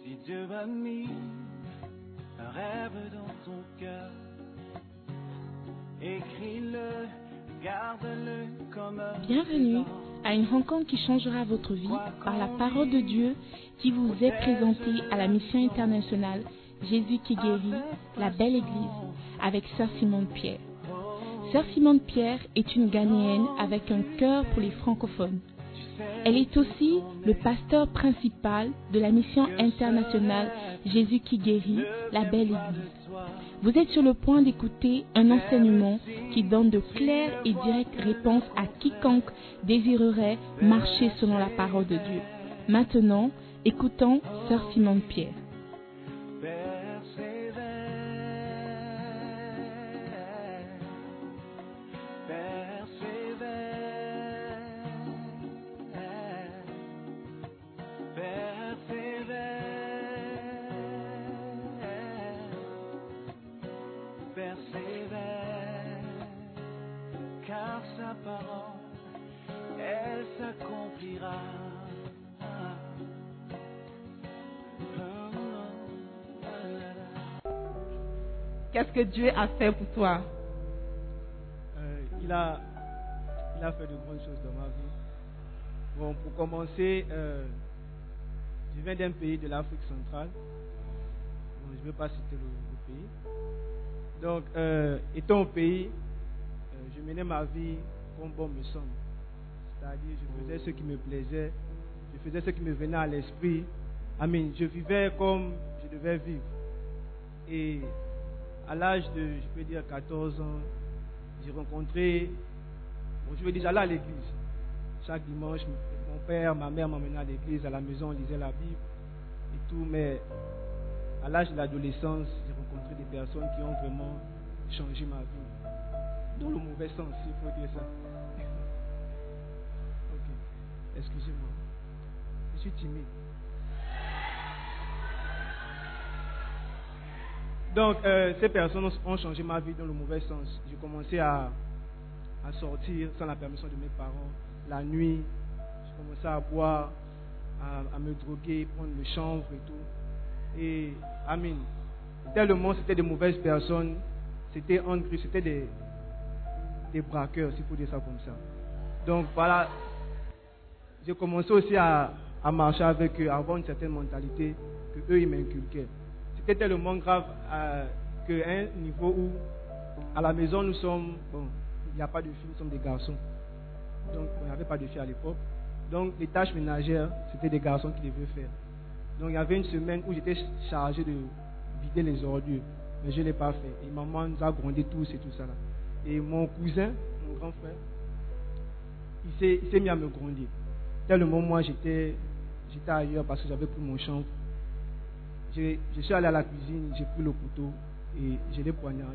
Si Dieu a mis un rêve dans ton cœur, écris-le, garde-le comme un... Bienvenue à une rencontre qui changera votre vie par la parole de Dieu qui vous est présentée à la mission internationale Jésus qui guérit, la belle église, avec Sœur Simone Pierre. Sœur Simone Pierre est une Ghanéenne avec un cœur pour les francophones. Elle est aussi le pasteur principal de la mission internationale Jésus qui guérit, la belle église. Vous êtes sur le point d'écouter un enseignement qui donne de claires et directes réponses à quiconque désirerait marcher selon la parole de Dieu. Maintenant, écoutons Sœur Simone Pierre. Car sa parole, elle s'accomplira. Qu'est-ce que Dieu a fait pour toi? Il a fait de grandes choses dans ma vie. Bon, pour commencer, je viens d'un pays de l'Afrique centrale. Bon, je ne vais pas citer le pays. Donc, étant au pays, je menais ma vie comme bon me semble. C'est-à-dire, je faisais ce qui me plaisait, je faisais ce qui me venait à l'esprit. Amen. Je vivais comme je devais vivre. Et à l'âge de, je peux dire, 14 ans, j'ai rencontré, bon, je veux dire, j'allais à l'église. Chaque dimanche, mon père, ma mère m'emmenaient à l'église, à la maison, on lisait la Bible et tout. Mais à l'âge de l'adolescence, j'ai rencontré des personnes qui ont vraiment changé ma vie. Dans le mauvais sens, il faut dire ça. Ok, excusez-moi. Je suis timide. Donc, ces personnes ont changé ma vie dans le mauvais sens. J'ai commencé à sortir sans la permission de mes parents. La nuit, j'ai commencé à boire, à me droguer, prendre le chanvre et tout. Et, amen. Tellement c'était de mauvaises personnes. C'était des braqueurs, s'il faut dire ça comme ça. Donc voilà, j'ai commencé aussi à marcher avec eux, à avoir une certaine mentalité que eux ils m'inculquaient. C'était tellement grave qu'à un niveau où, à la maison, nous sommes, bon, il n'y a pas de filles, nous sommes des garçons. Donc, il n'y avait pas de filles à l'époque. Donc, les tâches ménagères, c'était des garçons qui devaient faire. Donc, il y avait une semaine où j'étais chargé de vider les ordures, mais je ne l'ai pas fait. Et maman nous a grondé tous et tout ça là. Et mon cousin, mon grand frère, il s'est mis à me gronder. Tellement moi, j'étais ailleurs parce que j'avais pris mon chanvre. Je suis allé à la cuisine, j'ai pris le couteau et je l'ai poignardé.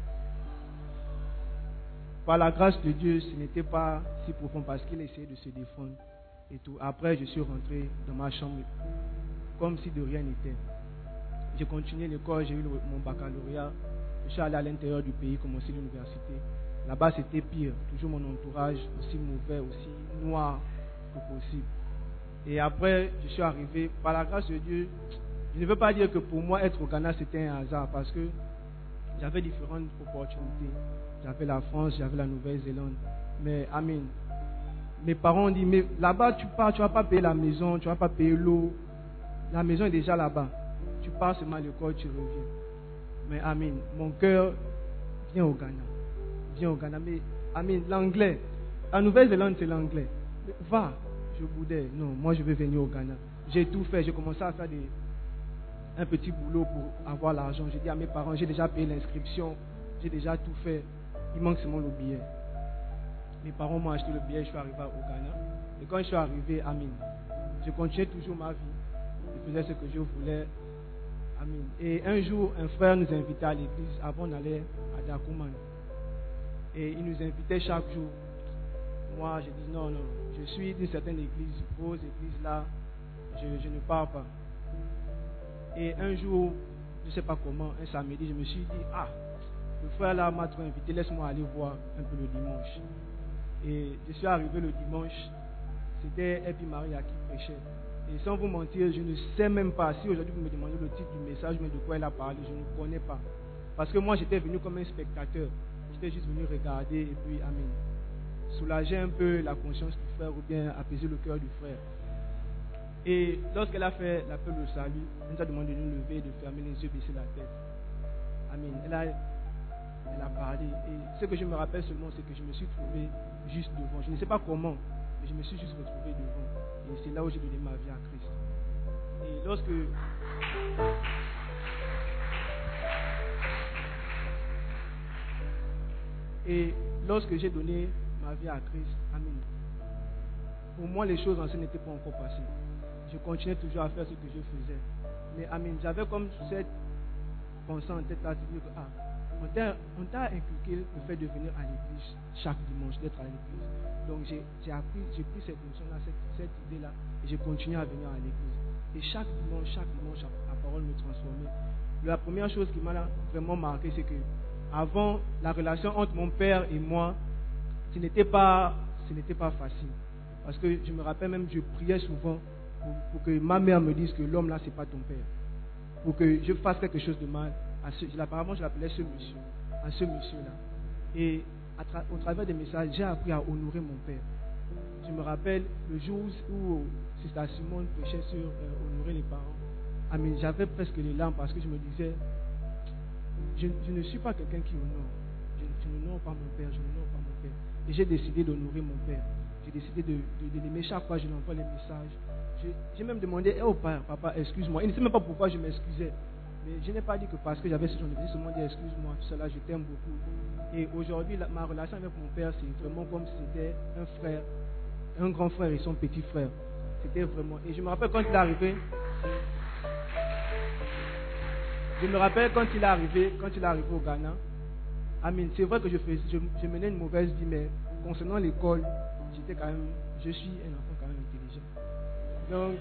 Par la grâce de Dieu, ce n'était pas si profond parce qu'il essayait de se défendre et tout. Après, je suis rentré dans ma chambre comme si de rien n'était. J'ai continué l'école, j'ai eu mon baccalauréat. Je suis allé à l'intérieur du pays, commencer l'université. Là-bas, c'était pire. Toujours mon entourage, aussi mauvais, aussi noir que possible. Et après, je suis arrivé, par la grâce de Dieu. Je ne veux pas dire que pour moi, être au Ghana, c'était un hasard parce que j'avais différentes opportunités. J'avais la France, j'avais la Nouvelle-Zélande. Mais, amen. Mes parents ont dit, mais là-bas, tu pars, tu ne vas pas payer la maison, tu ne vas pas payer l'eau. La maison est déjà là-bas. Tu pars seulement à l'école, tu reviens. Mais, amen. Mon cœur vient au Ghana. Vient au Ghana. Mais, amen, l'anglais. La Nouvelle-Zélande, c'est l'anglais. Va. Je boudais. Non, moi, je veux venir au Ghana. J'ai tout fait. J'ai commencé à faire un petit boulot pour avoir l'argent. J'ai dit à mes parents, j'ai déjà payé l'inscription, j'ai déjà tout fait. Il manque seulement le billet. Mes parents m'ont acheté le billet, je suis arrivé au Ghana. Et quand je suis arrivé, amen, je continuais toujours ma vie. Je faisais ce que je voulais. Amen. Et un jour, un frère nous invitait à l'église avant d'aller à Dakuman. Et il nous invitait chaque jour. Moi, j'ai dit non, je suis d'une certaine église, grosse église là, je ne pars pas. Et un jour, je ne sais pas comment, un samedi, je me suis dit, le frère là m'a trop invité, laisse-moi aller voir un peu le dimanche. Et je suis arrivé le dimanche, c'était Epi Maria qui prêchait. Et sans vous mentir, je ne sais même pas, si aujourd'hui vous me demandez le titre du message, mais de quoi elle a parlé, je ne connais pas. Parce que moi, j'étais venu comme un spectateur. J'étais juste venu regarder et puis, amen, soulager un peu la conscience du frère ou bien apaiser le cœur du frère. Et lorsqu'elle a fait l'appel au salut, elle nous a demandé de nous lever, de fermer les yeux, baisser la tête. Amen. Elle a parlé. Et ce que je me rappelle seulement, c'est que je me suis trouvé juste devant. Je ne sais pas comment, mais je me suis juste retrouvé devant. Et c'est là où j'ai donné ma vie à Christ. Et lorsque j'ai donné ma vie à Christ, amen, pour moi les choses anciennes n'étaient pas encore passées. Je continuais toujours à faire ce que je faisais. Mais amen, j'avais comme cette pensée en tête là, de dire que on t'a inculqué le fait de venir à l'église chaque dimanche, d'être à l'église. Donc j'ai pris cette notion-là, cette idée-là, et j'ai continué à venir à l'église. Et chaque dimanche, la parole me transformait. La première chose qui m'a vraiment marqué, c'est que avant, la relation entre mon père et moi, ce n'était pas facile. Parce que je me rappelle même, je priais souvent pour que ma mère me dise que l'homme là, c'est pas ton père. Pour que je fasse quelque chose de mal. Apparemment, je l'appelais ce monsieur-là. Et au travers des messages, j'ai appris à honorer mon père. Je me rappelle le jour où Sister Simone prêchait sur honorer les parents. Amen, j'avais presque les larmes parce que je me disais, je ne suis pas quelqu'un qui honore. Je n'honore pas mon père, Et j'ai décidé d'honorer mon père. J'ai décidé de l'aimer chaque fois que je lui envoie les messages. J'ai même demandé, oh papa, excuse-moi. Il ne sait même pas pourquoi je m'excusais. Mais je n'ai pas dit que parce que j'avais ce genre de vie, seulement dit excuse-moi, tout cela, je t'aime beaucoup. Et aujourd'hui, ma relation avec mon père, c'est vraiment comme si c'était un frère, un grand frère et son petit frère. C'était vraiment. Et je me rappelle quand il est arrivé. Quand il est arrivé au Ghana. Amen. C'est vrai que je menais une mauvaise vie, mais concernant l'école, je suis un enfant quand même intelligent.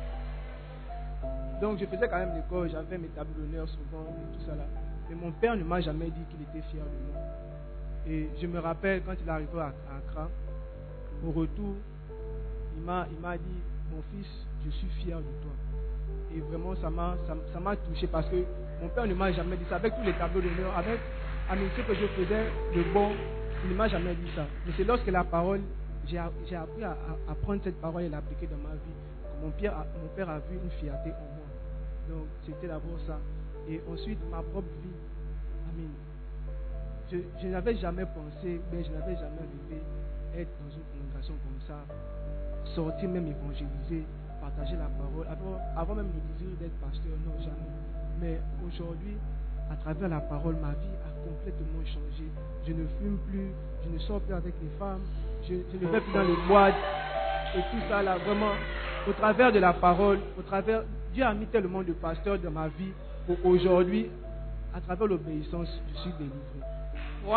Donc je faisais quand même l'école, j'avais mes tableaux d'honneur souvent et tout ça là. Mais mon père ne m'a jamais dit qu'il était fier de moi. Et je me rappelle quand il est arrivé à Accra, au retour, il m'a dit, mon fils, je suis fier de toi. Et vraiment ça m'a touché parce que mon père ne m'a jamais dit ça. Avec tous les tableaux d'honneur, avec ce que je faisais de bon, il ne m'a jamais dit ça. Mais c'est lorsque la parole, j'ai appris à prendre cette parole et l'appliquer dans ma vie. Mon père a vu une fierté en moi. Donc c'était d'abord ça. Et ensuite ma propre vie. Amen. Je n'avais jamais pensé, mais je n'avais jamais rêvé être dans une congrégation comme ça, sortir même évangéliser, partager la parole. Avant même le désir d'être pasteur, non, jamais. Mais aujourd'hui, à travers la parole, ma vie a complètement changé. Je ne fume plus, je ne sors plus avec les femmes, je ne vais plus dans les boîtes et tout ça là, vraiment. Au travers de la parole, Dieu a mis tellement de pasteurs dans ma vie qu'aujourd'hui, à travers l'obéissance, je suis délivré. Waouh!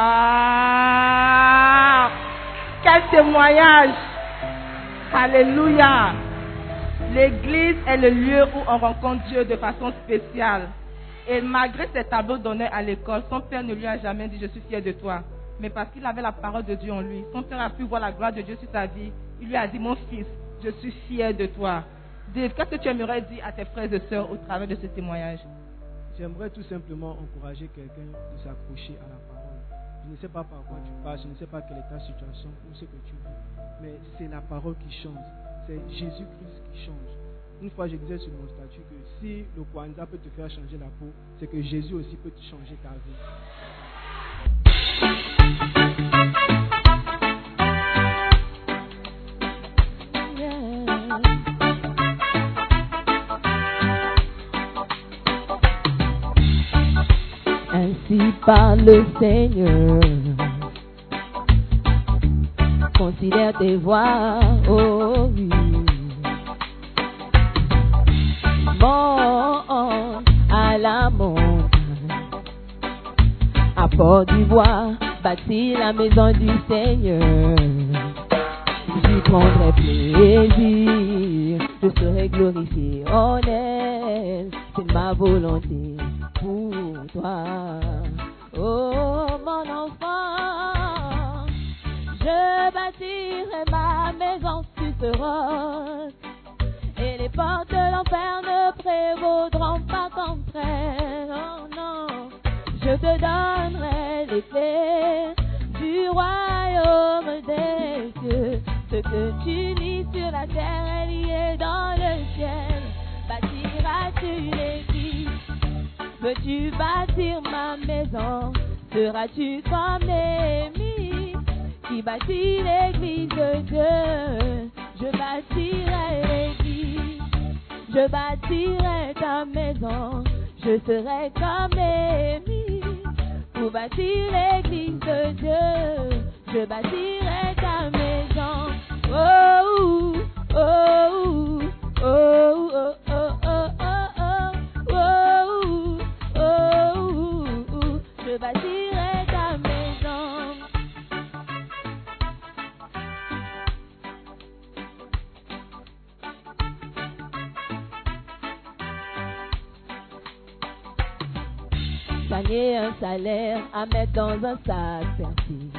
Quel témoignage! Alléluia! L'église est le lieu où on rencontre Dieu de façon spéciale. Et malgré ses tableaux d'honneur à l'école, son père ne lui a jamais dit « Je suis fier de toi ». Mais parce qu'il avait la parole de Dieu en lui, son père a pu voir la gloire de Dieu sur sa vie. Il lui a dit « Mon fils, je suis fier de toi ». Dave, qu'est-ce que tu aimerais dire à tes frères et sœurs au travers de ce témoignage? J'aimerais tout simplement encourager quelqu'un de s'accrocher à la parole. Je ne sais pas par quoi tu passes, je ne sais pas quelle est ta situation ou ce que tu vis, mais c'est la parole qui change. C'est Jésus-Christ qui change. Une fois, je disais sur mon statut que si le Kwanzaa peut te faire changer la peau, c'est que Jésus aussi peut te changer ta vie. Ainsi parle le Seigneur. Considère tes voies, oh oui. Monte à la montagne, à Port d'Ivoire, bâtis la maison du Seigneur. J'y prendrai plaisir, je serai glorifié en elle. C'est ma volonté pour toi. Oh mon enfant, je bâtirai ma maison sur ce roc, portes de l'enfer ne prévaudront pas contre elle. Oh non, je te donnerai les clés du royaume des cieux. Ce que tu lis sur la terre est lié dans le ciel. Bâtiras-tu l'église? Veux-tu bâtir ma maison? Seras-tu comme Néhémie qui bâtit l'église de Dieu? Je bâtirai l'église, je bâtirai ta maison. Je serai comme Néhémie pour bâtir l'église de Dieu. Je bâtirai ta maison. Oh, oh, oh, oh, oh, oh, oh, oh, oh, oh, oh, je bâtirai ta maison. Gagner un salaire à mettre dans un sac fertile.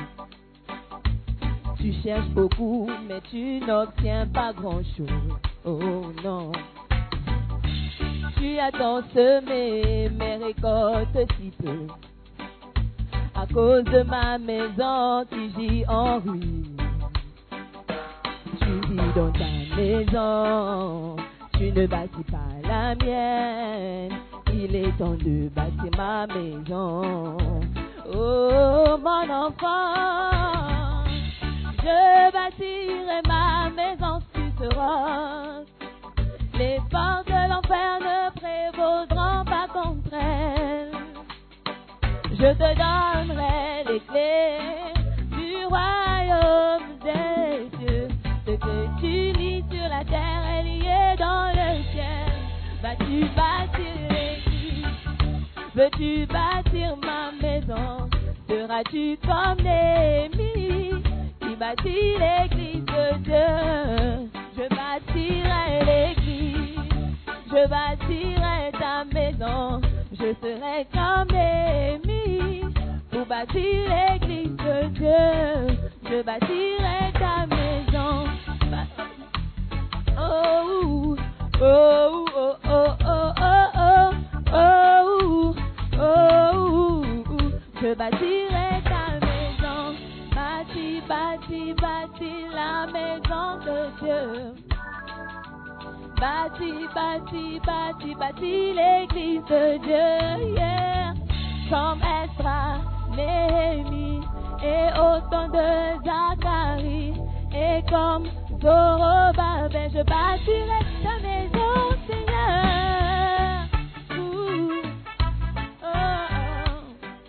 Tu cherches beaucoup, mais tu n'obtiens pas grand-chose. Oh non. Tu as tant semé, mais récoltes si peu. À cause de ma maison, tu vis en ruine. Tu vis dans ta maison, tu ne bâtis pas la mienne. Il est temps de bâtir ma maison. Oh mon enfant, je bâtirai ma maison sur ce roc. Les portes de l'enfer ne prévaudront pas contre elle. Je te donnerai les clés du royaume des cieux. Ce que tu lis sur la terre est lié dans le ciel. Vas-tu bâtir l'église? Veux-tu bâtir ma maison? Seras-tu comme Néhémie qui bâtit l'église de Dieu? Je bâtirai l'église, je bâtirai ta maison. Je serai comme Néhémie pour bâtir l'église de Dieu. Je bâtirai ta maison. Oh, oh, oh, oh, oh, oh, oh, oh, oh, je bâtirai ta maison. Bâtis, bâtis, bâtis la maison de Dieu. Bâtis, bâtis, bâtis, bâtis l'église de Dieu, yeah. Comme Esdras, Néhémie et au temps de Zacharie, et comme Zorobabel, je bâtirai ta maison, Seigneur. Ouh, oh, oh.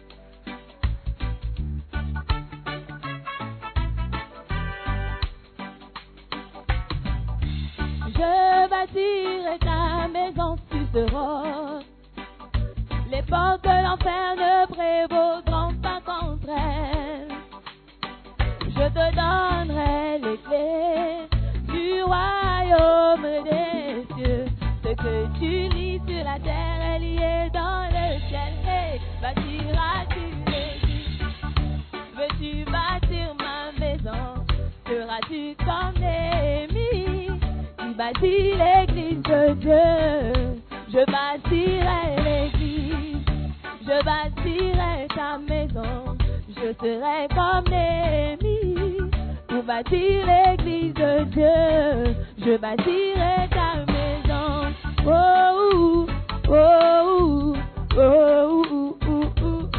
Je bâtirai ta maison sur ce roc. Les portes de l'enfer ne prévaudront pas contre elle. Je te donnerai les clés du royaume des cieux. Ce que tu lis sur la terre est lié dans le ciel. Hey, bâtiras-tu l'église? Veux-tu bâtir ma maison? Seras-tu comme Néhémie qui bâtit l'église de Dieu? Je bâtirai l'église, je bâtirai ta maison. Je serai comme Néhémie pour bâtir l'église de Dieu. Je bâtirai ta maison. Oh, oh, oh, oh, oh, oh,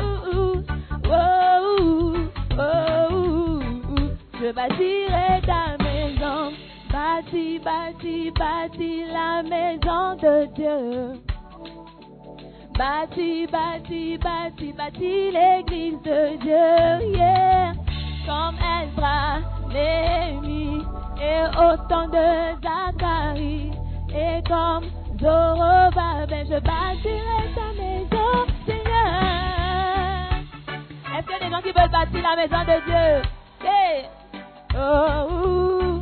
oh, oh, je bâtirai ta maison. Bâtis, bâtis, bâtis la maison de Dieu. Bâtis, bâtis, bâtis, bâtis l'église de Dieu, yeah. Comme Esdras, Néhémie et au temps de Zacharie, et comme Zorobabel, je bâtirai ta maison, Seigneur. Est-ce qu'il y a des gens qui veulent bâtir la maison de Dieu? Yeah. Oh,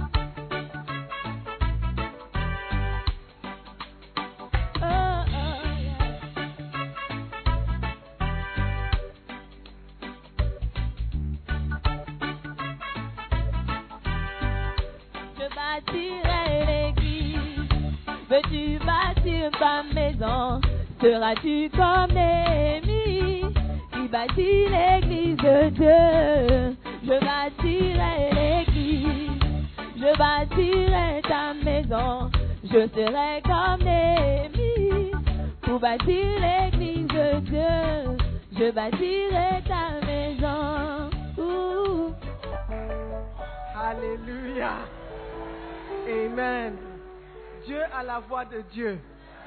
Veux-tu bâtir ta maison? Seras-tu comme Néhémie qui bâtit l'église de Dieu? Je bâtirai l'église, je bâtirai ta maison. Je serai comme Néhémie pour bâtir l'église de Dieu. Je bâtirai ta maison. Alléluia. Amen. Dieu a la voix de Dieu.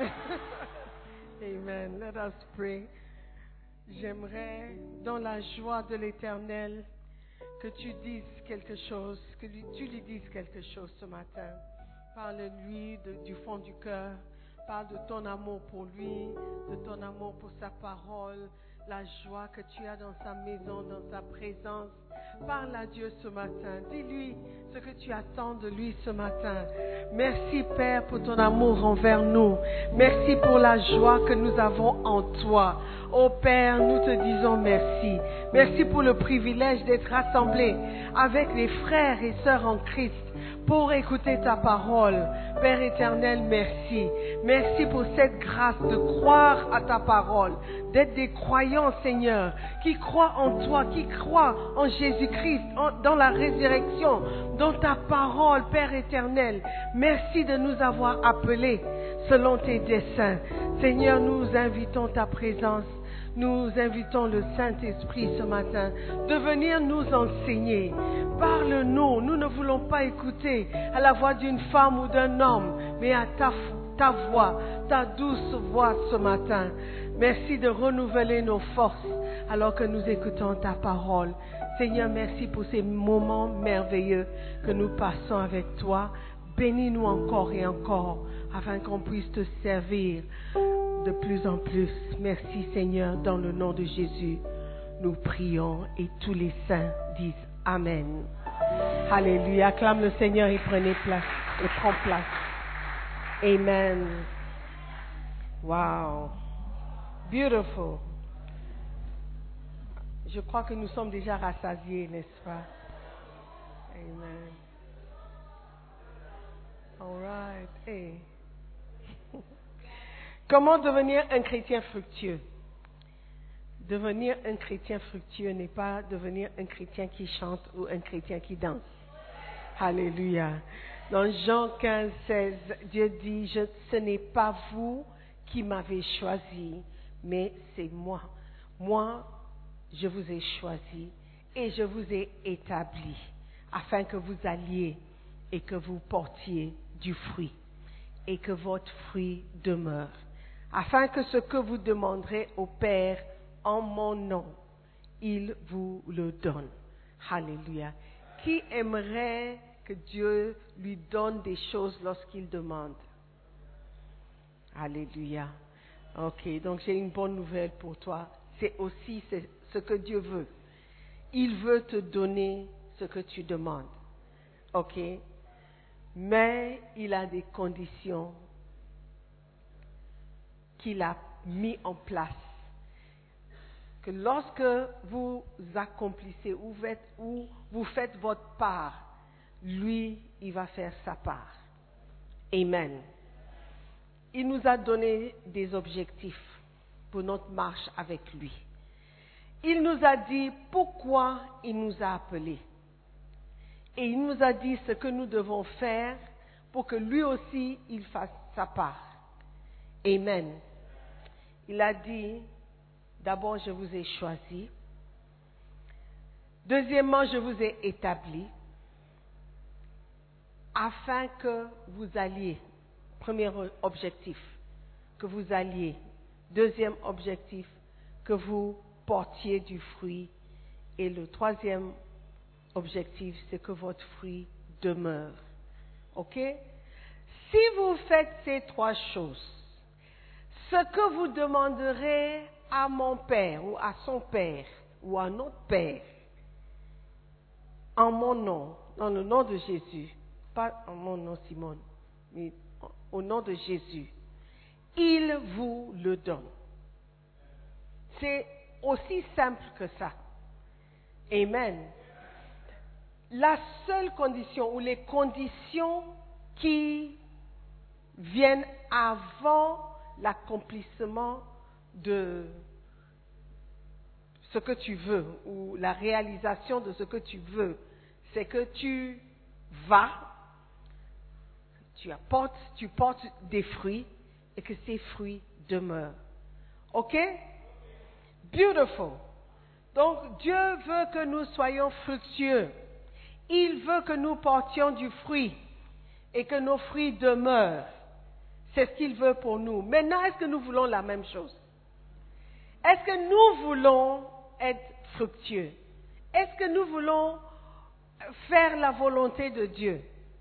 Amen. Let us pray. J'aimerais, dans la joie de l'Éternel, que tu dises quelque chose, que tu lui dises quelque chose ce matin. Parle-lui du fond du cœur. Parle de ton amour pour lui, de ton amour pour sa parole, la joie que tu as dans sa maison, dans sa présence. Parle à Dieu ce matin. Dis-lui ce que tu attends de lui ce matin. Merci Père pour ton amour envers nous. Merci pour la joie que nous avons en toi. Oh Père, nous te disons merci. Merci pour le privilège d'être rassemblés avec les frères et sœurs en Christ pour écouter ta parole. Père éternel, merci. Merci pour cette grâce de croire à ta parole, d'être des croyants, Seigneur, qui croient en toi, qui croient en Jésus-Christ, dans la résurrection, dans ta parole, Père éternel. Merci de nous avoir appelés selon tes desseins. Seigneur, nous invitons ta présence. Nous invitons le Saint-Esprit ce matin de venir nous enseigner. Parle-nous. Nous ne voulons pas écouter à la voix d'une femme ou d'un homme, mais à ta voix, ta douce voix ce matin. Merci de renouveler nos forces alors que nous écoutons ta parole. Seigneur, merci pour ces moments merveilleux que nous passons avec toi. Bénis-nous encore et encore afin qu'on puisse te servir de plus en plus. Merci Seigneur, dans le nom de Jésus, nous prions et tous les saints disent Amen. Alléluia. Acclame le Seigneur et prenez place et prends place. Amen. Wow. Beautiful. Je crois que nous sommes déjà rassasiés, n'est-ce pas? Amen. All right. Hey. Comment devenir un chrétien fructueux? Devenir un chrétien fructueux n'est pas devenir un chrétien qui chante ou un chrétien qui danse. Alléluia. Dans Jean 15, 16, Dieu dit, ce n'est pas vous qui m'avez choisi, mais c'est moi. Moi, je vous ai choisi et je vous ai établi afin que vous alliez et que vous portiez du fruit et que votre fruit demeure. Afin que ce que vous demanderez au Père en mon nom, il vous le donne. Alléluia. Qui aimerait que Dieu lui donne des choses lorsqu'il demande? Alléluia. Ok, donc j'ai une bonne nouvelle pour toi. C'est aussi ce que Dieu veut. Il veut te donner ce que tu demandes. Ok? Mais il a des conditions qu'il a mis en place. Que lorsque vous accomplissez ou vous faites votre part, lui, il va faire sa part. Amen. Il nous a donné des objectifs pour notre marche avec lui. Il nous a dit pourquoi il nous a appelés. Et il nous a dit ce que nous devons faire pour que lui aussi, il fasse sa part. Amen. Il a dit, d'abord, je vous ai choisi. Deuxièmement, je vous ai établi afin que vous alliez. Premier objectif, que vous alliez. Deuxième objectif, que vous portiez du fruit. Et le troisième objectif, c'est que votre fruit demeure. Ok? Si vous faites ces trois choses, ce que vous demanderez à mon Père ou à son Père ou à notre Père, en mon nom, dans le nom de Jésus, pas en mon nom Simone, mais au nom de Jésus, il vous le donne. C'est aussi simple que ça. Amen. La seule condition ou les conditions qui viennent avant l'accomplissement de ce que tu veux ou la réalisation de ce que tu veux. C'est que tu vas, tu portes des fruits et que ces fruits demeurent. OK? Beautiful. Donc, Dieu veut que nous soyons fructueux. Il veut que nous portions du fruit et que nos fruits demeurent. C'est ce qu'il veut pour nous. Maintenant, est-ce que nous voulons la même chose? Est-ce que nous voulons être fructueux? Est-ce que nous voulons faire la volonté de Dieu?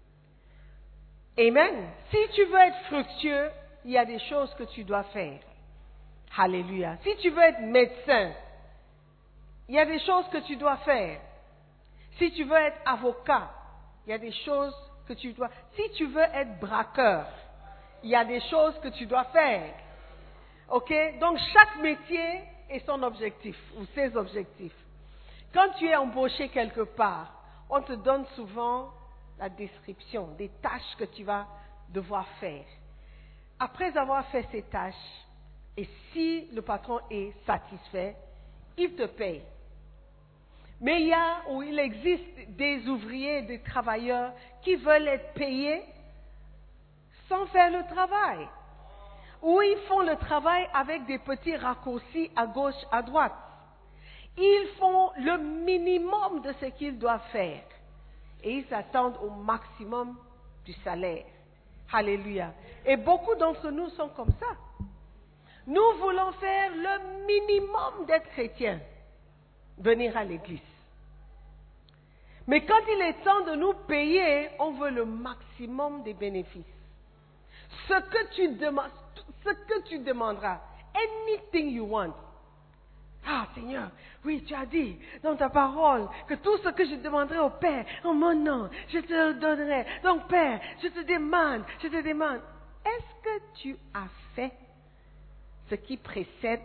Amen. Si tu veux être fructueux, il y a des choses que tu dois faire. Alléluia. Si tu veux être médecin, il y a des choses que tu dois faire. Si tu veux être avocat, il y a des choses que tu dois... Si tu veux être braqueur, il y a des choses que tu dois faire. OK? Donc, chaque métier et son objectif, ou ses objectifs. Quand tu es embauché quelque part, on te donne souvent la description des tâches que tu vas devoir faire. Après avoir fait ces tâches, et si le patron est satisfait, il te paye. Mais il existe des ouvriers, des travailleurs qui veulent être payés sans faire le travail. Ou ils font le travail avec des petits raccourcis à gauche, à droite. Ils font le minimum de ce qu'ils doivent faire. Et ils s'attendent au maximum du salaire. Alléluia. Et beaucoup d'entre nous sont comme ça. Nous voulons faire le minimum d'être chrétiens. Venir à l'église. Mais quand il est temps de nous payer, on veut le maximum des bénéfices. Ce que tu demanderas, anything you want. Ah Seigneur, oui, tu as dit dans ta parole que tout ce que je demanderai au Père, en mon nom, je te le donnerai. Donc Père, je te demande. Est-ce que tu as fait ce qui précède?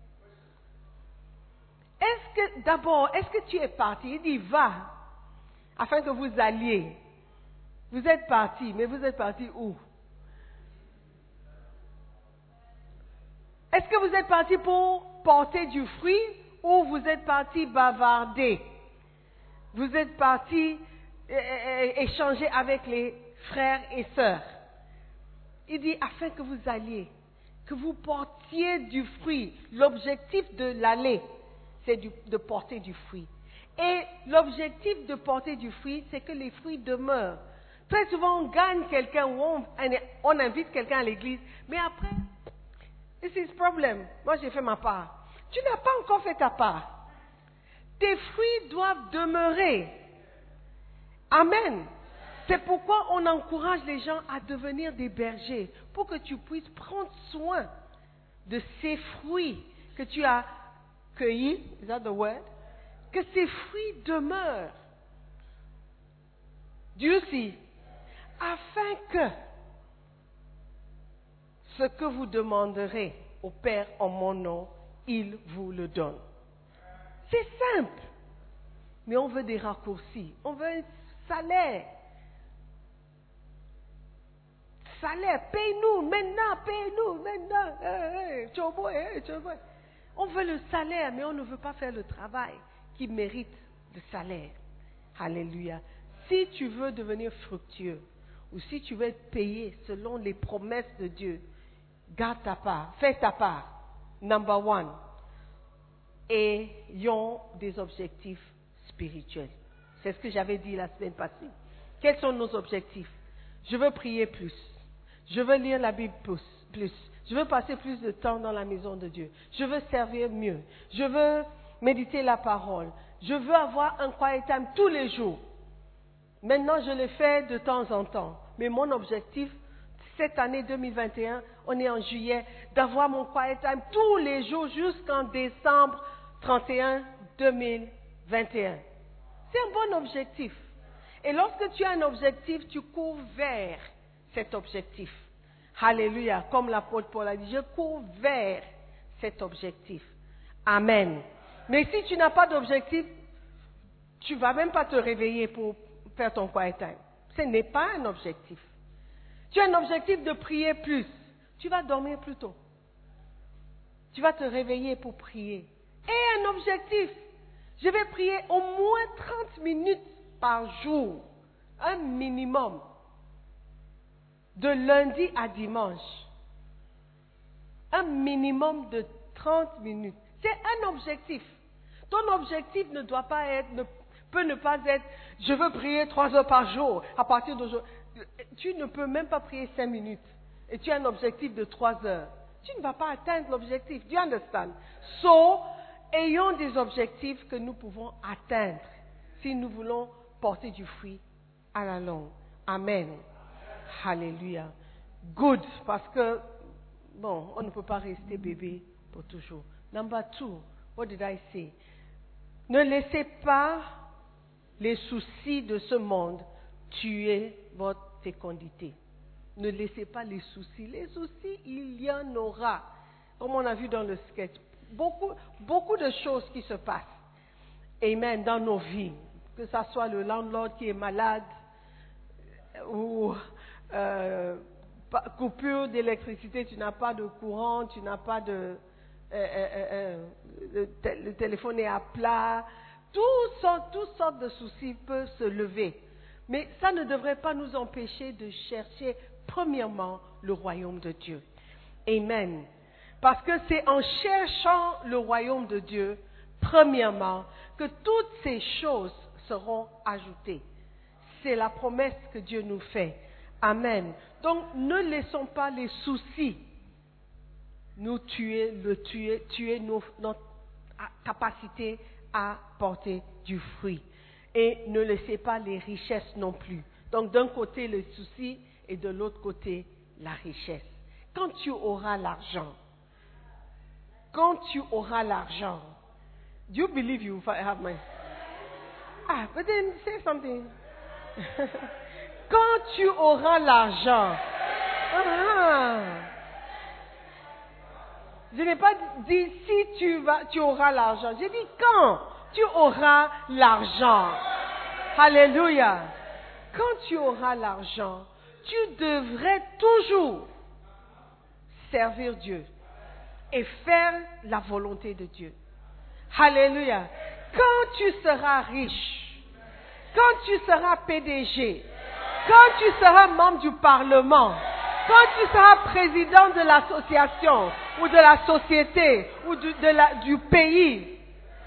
Est-ce que tu es parti? Il dit va, afin que vous alliez. Vous êtes parti, mais vous êtes parti où? Est-ce que vous êtes parti pour porter du fruit ou vous êtes parti bavarder? Vous êtes parti échanger avec les frères et sœurs. Il dit afin que vous alliez, que vous portiez du fruit. L'objectif de l'aller, c'est de porter du fruit. Et l'objectif de porter du fruit, c'est que les fruits demeurent. Très souvent, on gagne quelqu'un ou on invite quelqu'un à l'église, mais après, this is problem. Moi, j'ai fait ma part. Tu n'as pas encore fait ta part. Tes fruits doivent demeurer. Amen. C'est pourquoi on encourage les gens à devenir des bergers, pour que tu puisses prendre soin de ces fruits que tu as cueillis, is that the word? Que ces fruits demeurent. Dieu aussi, afin que ce que vous demanderez au Père en mon nom, il vous le donne. C'est simple. Mais on veut des raccourcis. On veut un salaire. Salaire, paye-nous maintenant, paye-nous maintenant. On veut le salaire, mais on ne veut pas faire le travail qui mérite le salaire. Alléluia. Si tu veux devenir fructueux, ou si tu veux être payé selon les promesses de Dieu, garde ta part, fais ta part. Number one. Ayons des objectifs spirituels. C'est ce que j'avais dit la semaine passée. Quels sont nos objectifs? Je veux prier plus. Je veux lire la Bible plus. Je veux passer plus de temps dans la maison de Dieu. Je veux servir mieux. Je veux méditer la parole. Je veux avoir un quiet time tous les jours. Maintenant, je le fais de temps en temps. Mais mon objectif, cette année 2021, on est en juillet, d'avoir mon quiet time tous les jours jusqu'en décembre 31, 2021. C'est un bon objectif. Et lorsque tu as un objectif, tu cours vers cet objectif. Alléluia. Comme l'apôtre Paul a dit, je cours vers cet objectif. Amen. Mais si tu n'as pas d'objectif, tu ne vas même pas te réveiller pour faire ton quiet time. Ce n'est pas un objectif. Tu as un objectif de prier plus. Tu vas dormir plus tôt. Tu vas te réveiller pour prier. Et un objectif. Je vais prier au moins 30 minutes par jour. Un minimum. De lundi à dimanche. Un minimum de 30 minutes. C'est un objectif. Ton objectif ne doit pas être, peut ne pas être, je veux prier 3 heures par jour. À partir d'aujourd'hui, tu ne peux même pas prier 5 minutes. Et tu as un objectif de 3 heures. Tu ne vas pas atteindre l'objectif. Do you understand? So, ayons des objectifs que nous pouvons atteindre si nous voulons porter du fruit à la longue. Amen. Alléluia. Good. Parce que, bon, on ne peut pas rester bébé pour toujours. Number 2, what did I say? Ne laissez pas les soucis de ce monde tuer votre fécondité. Ne laissez pas les soucis. Les soucis, il y en aura. Comme on a vu dans le sketch. Beaucoup de choses qui se passent. Amen, dans nos vies. Que ce soit le landlord qui est malade, ou coupure d'électricité, tu n'as pas de courant, tu n'as pas de... le téléphone est à plat. Toutes sortes de soucis peuvent se lever. Mais ça ne devrait pas nous empêcher de chercher premièrement le royaume de Dieu. Amen. Parce que c'est en cherchant le royaume de Dieu, premièrement, que toutes ces choses seront ajoutées. C'est la promesse que Dieu nous fait. Amen. Donc, ne laissons pas les soucis nous tuer notre capacité à porter du fruit. Et ne laissez pas les richesses non plus. Donc, d'un côté, les soucis et de l'autre côté, la richesse. Quand tu auras l'argent, do you believe you have money? Ah, but then say something. Quand tu auras l'argent, je n'ai pas dit si tu auras l'argent. J'ai dit quand tu auras l'argent. Alléluia. Quand tu auras l'argent, tu devrais toujours servir Dieu et faire la volonté de Dieu. Alléluia. Quand tu seras riche, quand tu seras PDG, quand tu seras membre du Parlement, quand tu seras président de l'association ou de la société ou du pays,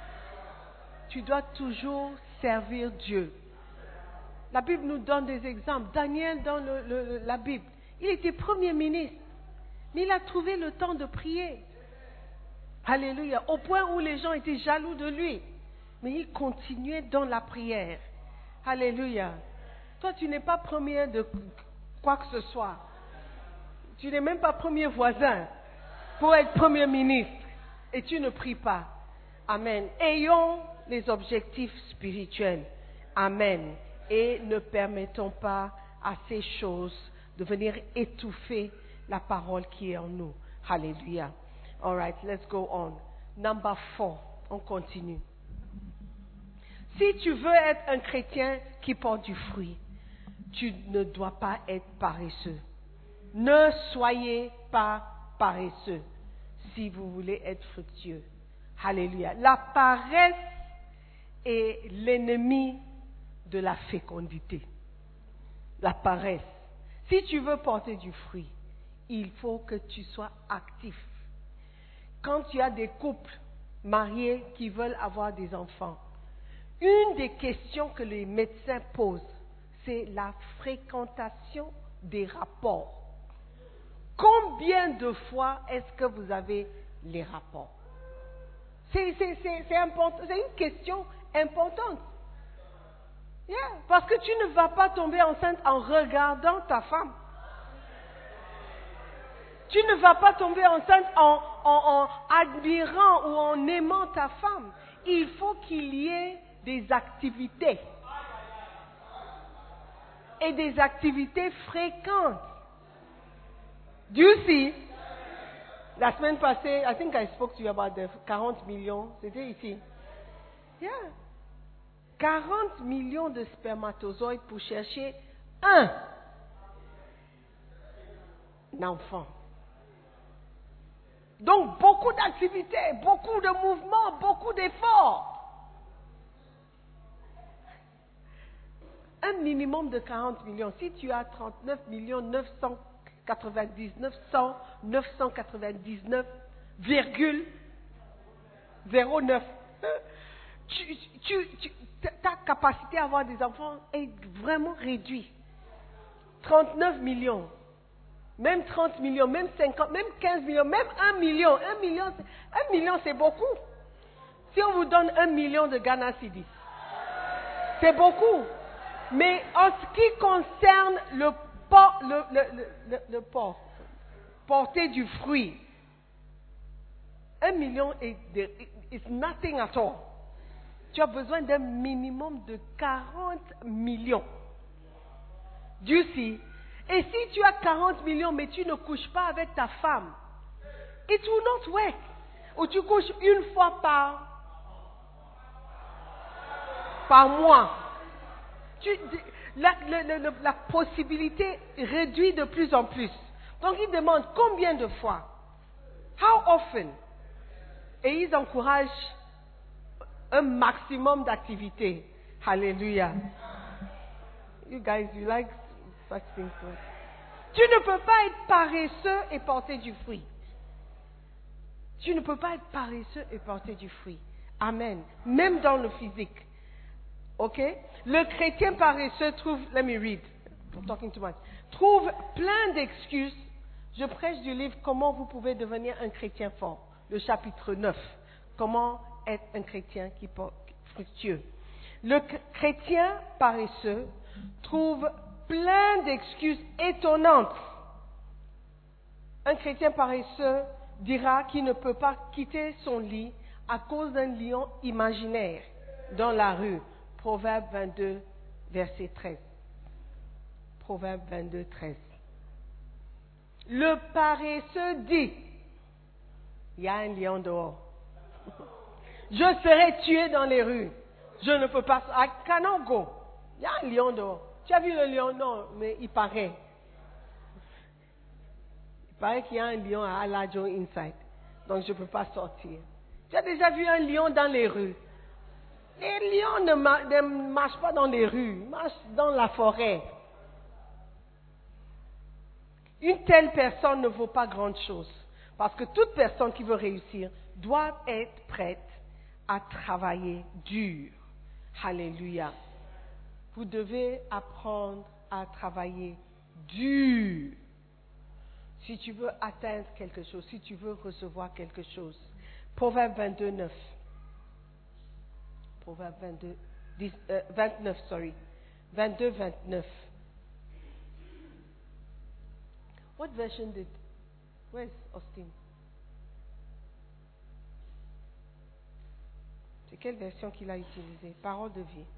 tu dois toujours servir Dieu. La Bible nous donne des exemples. Daniel, dans la Bible, il était premier ministre, mais il a trouvé le temps de prier. Alléluia. Au point où les gens étaient jaloux de lui. Mais il continuait dans la prière. Alléluia. Toi, tu n'es pas premier de quoi que ce soit. Tu n'es même pas premier voisin pour être premier ministre. Et tu ne pries pas. Amen. Ayons les objectifs spirituels. Amen. Et ne permettons pas à ces choses de venir étouffer la parole qui est en nous. Alléluia. All right, let's go on. Number 4. On continue. Si tu veux être un chrétien qui porte du fruit, tu ne dois pas être paresseux. Ne soyez pas paresseux si vous voulez être fructueux. Alléluia. La paresse est l'ennemi de la fécondité. La paresse. Si tu veux porter du fruit, il faut que tu sois actif. Quand tu as des couples mariés qui veulent avoir des enfants, une des questions que les médecins posent, c'est la fréquentation des rapports. Combien de fois est-ce que vous avez les rapports? C'est important, c'est une question importante. Yeah, parce que tu ne vas pas tomber enceinte en regardant ta femme. Tu ne vas pas tomber enceinte en admirant ou en aimant ta femme. Il faut qu'il y ait des activités. Et des activités fréquentes. Do you see? La semaine passée, I think I spoke to you about the 40 millions. C'était ici. Yeah. 40 millions de spermatozoïdes pour chercher un. enfant. Donc, beaucoup d'activités, beaucoup de mouvements, beaucoup d'efforts. Un minimum de 40 millions. Si tu as 39 millions 999,09, ta capacité à avoir des enfants est vraiment réduite. 39 millions, même 30 millions, même 50, même 15 millions, même 1 million. 1 million, c'est beaucoup. Si on vous donne 1 million de Ghana Cedis, c'est beaucoup. Mais en ce qui concerne le porter du fruit, 1 million is nothing at all. Tu as besoin d'un minimum de 40 millions. Dieu sait. Et si tu as 40 millions, mais tu ne couches pas avec ta femme, it will not work. Ou tu couches une fois par mois. La possibilité réduit de plus en plus. Donc ils demandent combien de fois? How often? Et ils encouragent un maximum d'activités. Hallelujah. You guys, you like such things. Tu ne peux pas être paresseux et porter du fruit. Tu ne peux pas être paresseux et porter du fruit. Amen. Même dans le physique. Ok? Le chrétien paresseux trouve, let me read, I'm talking too much, trouve plein d'excuses. Je prêche du livre Comment vous pouvez devenir un chrétien fort, le chapitre 9. Comment être un chrétien qui porte fructueux. Le chrétien paresseux trouve plein d'excuses étonnantes. Un chrétien paresseux dira qu'il ne peut pas quitter son lit à cause d'un lion imaginaire dans la rue. Proverbe 22, verset 13. Proverbe 22, 13. Le paresseux dit, il y a un lion dehors. Je serai tué dans les rues. Je ne peux pas. I cannot go. Il y a un lion dehors. Tu as vu le lion? Non, mais il paraît. Il paraît qu'il y a un lion à Alajo inside. Donc je ne peux pas sortir. Tu as déjà vu un lion dans les rues? Les lions ne marchent pas dans les rues, ils marchent dans la forêt. Une telle personne ne vaut pas grande chose. Parce que toute personne qui veut réussir doit être prête à travailler dur. Alléluia. Vous devez apprendre à travailler dur. Si tu veux atteindre quelque chose, si tu veux recevoir quelque chose. Proverbe 22, 9. Proverbe 29, sorry. 22, 29. What version did... Where's Austin? C'est quelle version qu'il a utilisée? Parole de vie.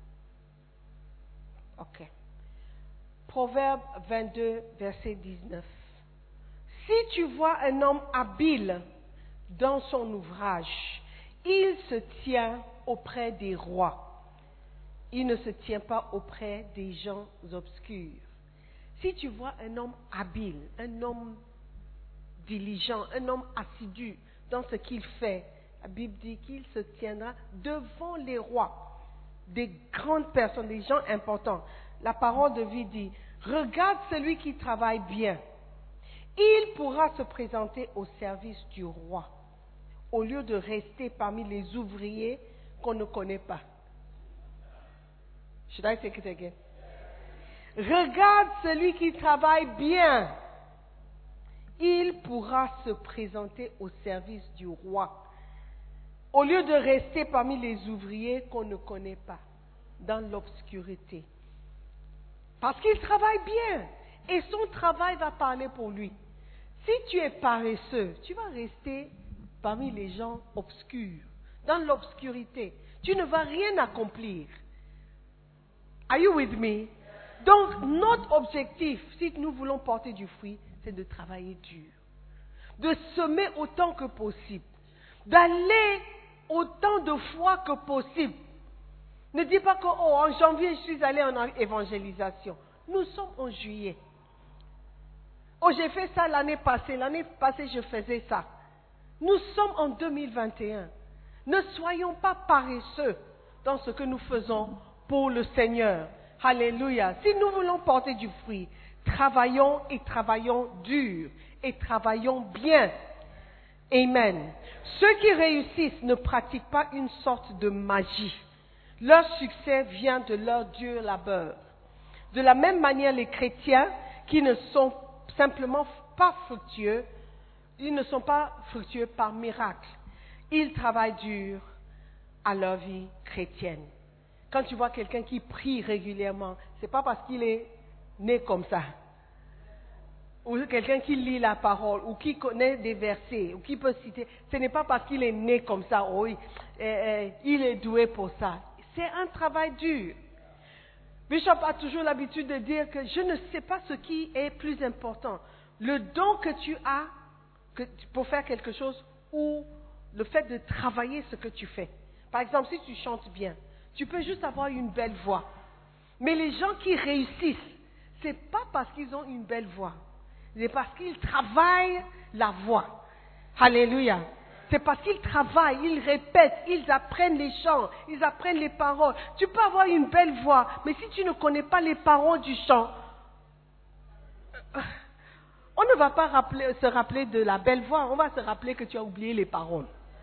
Ok. Proverbe 22, verset 19. Si tu vois un homme habile dans son ouvrage, il se tient auprès des rois. Il ne se tient pas auprès des gens obscurs. Si tu vois un homme habile, un homme diligent, un homme assidu dans ce qu'il fait, la Bible dit qu'il se tiendra devant les rois, des grandes personnes, des gens importants. La parole de vie dit, regarde celui qui travaille bien. Il pourra se présenter au service du roi, au lieu de rester parmi les ouvriers qu'on ne connaît pas. Should I take it again? Regarde celui qui travaille bien. Il pourra se présenter au service du roi, au lieu de rester parmi les ouvriers qu'on ne connaît pas, dans l'obscurité. Parce qu'il travaille bien, et son travail va parler pour lui. Si tu es paresseux, tu vas rester parmi les gens obscurs, dans l'obscurité. Tu ne vas rien accomplir. Are you with me? Donc, notre objectif, si nous voulons porter du fruit, c'est de travailler dur, de semer autant que possible, d'aller autant de fois que possible. Ne dis pas que, en janvier, je suis allé en évangélisation. Nous sommes en juillet. Oh, j'ai fait ça l'année passée je faisais ça. Nous sommes en 2021. Ne soyons pas paresseux dans ce que nous faisons pour le Seigneur. Alléluia. Si nous voulons porter du fruit, travaillons et travaillons dur et travaillons bien. Amen. Ceux qui réussissent ne pratiquent pas une sorte de magie. Leur succès vient de leur dur labeur. De la même manière, les chrétiens qui ne sont simplement pas fructueux, ils ne sont pas fructueux par miracle. Ils travaillent dur à leur vie chrétienne. Quand tu vois quelqu'un qui prie régulièrement, ce n'est pas parce qu'il est né comme ça. Ou quelqu'un qui lit la parole, ou qui connaît des versets, ou qui peut citer, ce n'est pas parce qu'il est né comme ça, il est doué pour ça. C'est un travail dur. Bishop a toujours l'habitude de dire que je ne sais pas ce qui est plus important. Le don que tu as pour faire quelque chose ou le fait de travailler ce que tu fais. Par exemple, si tu chantes bien, tu peux juste avoir une belle voix. Mais les gens qui réussissent, ce n'est pas parce qu'ils ont une belle voix. C'est parce qu'ils travaillent la voix. Alléluia. C'est parce qu'ils travaillent, ils répètent, ils apprennent les chants, ils apprennent les paroles. Tu peux avoir une belle voix, mais si tu ne connais pas les paroles du chant, on ne va pas se rappeler de la belle voix, on va se rappeler que tu as oublié les paroles.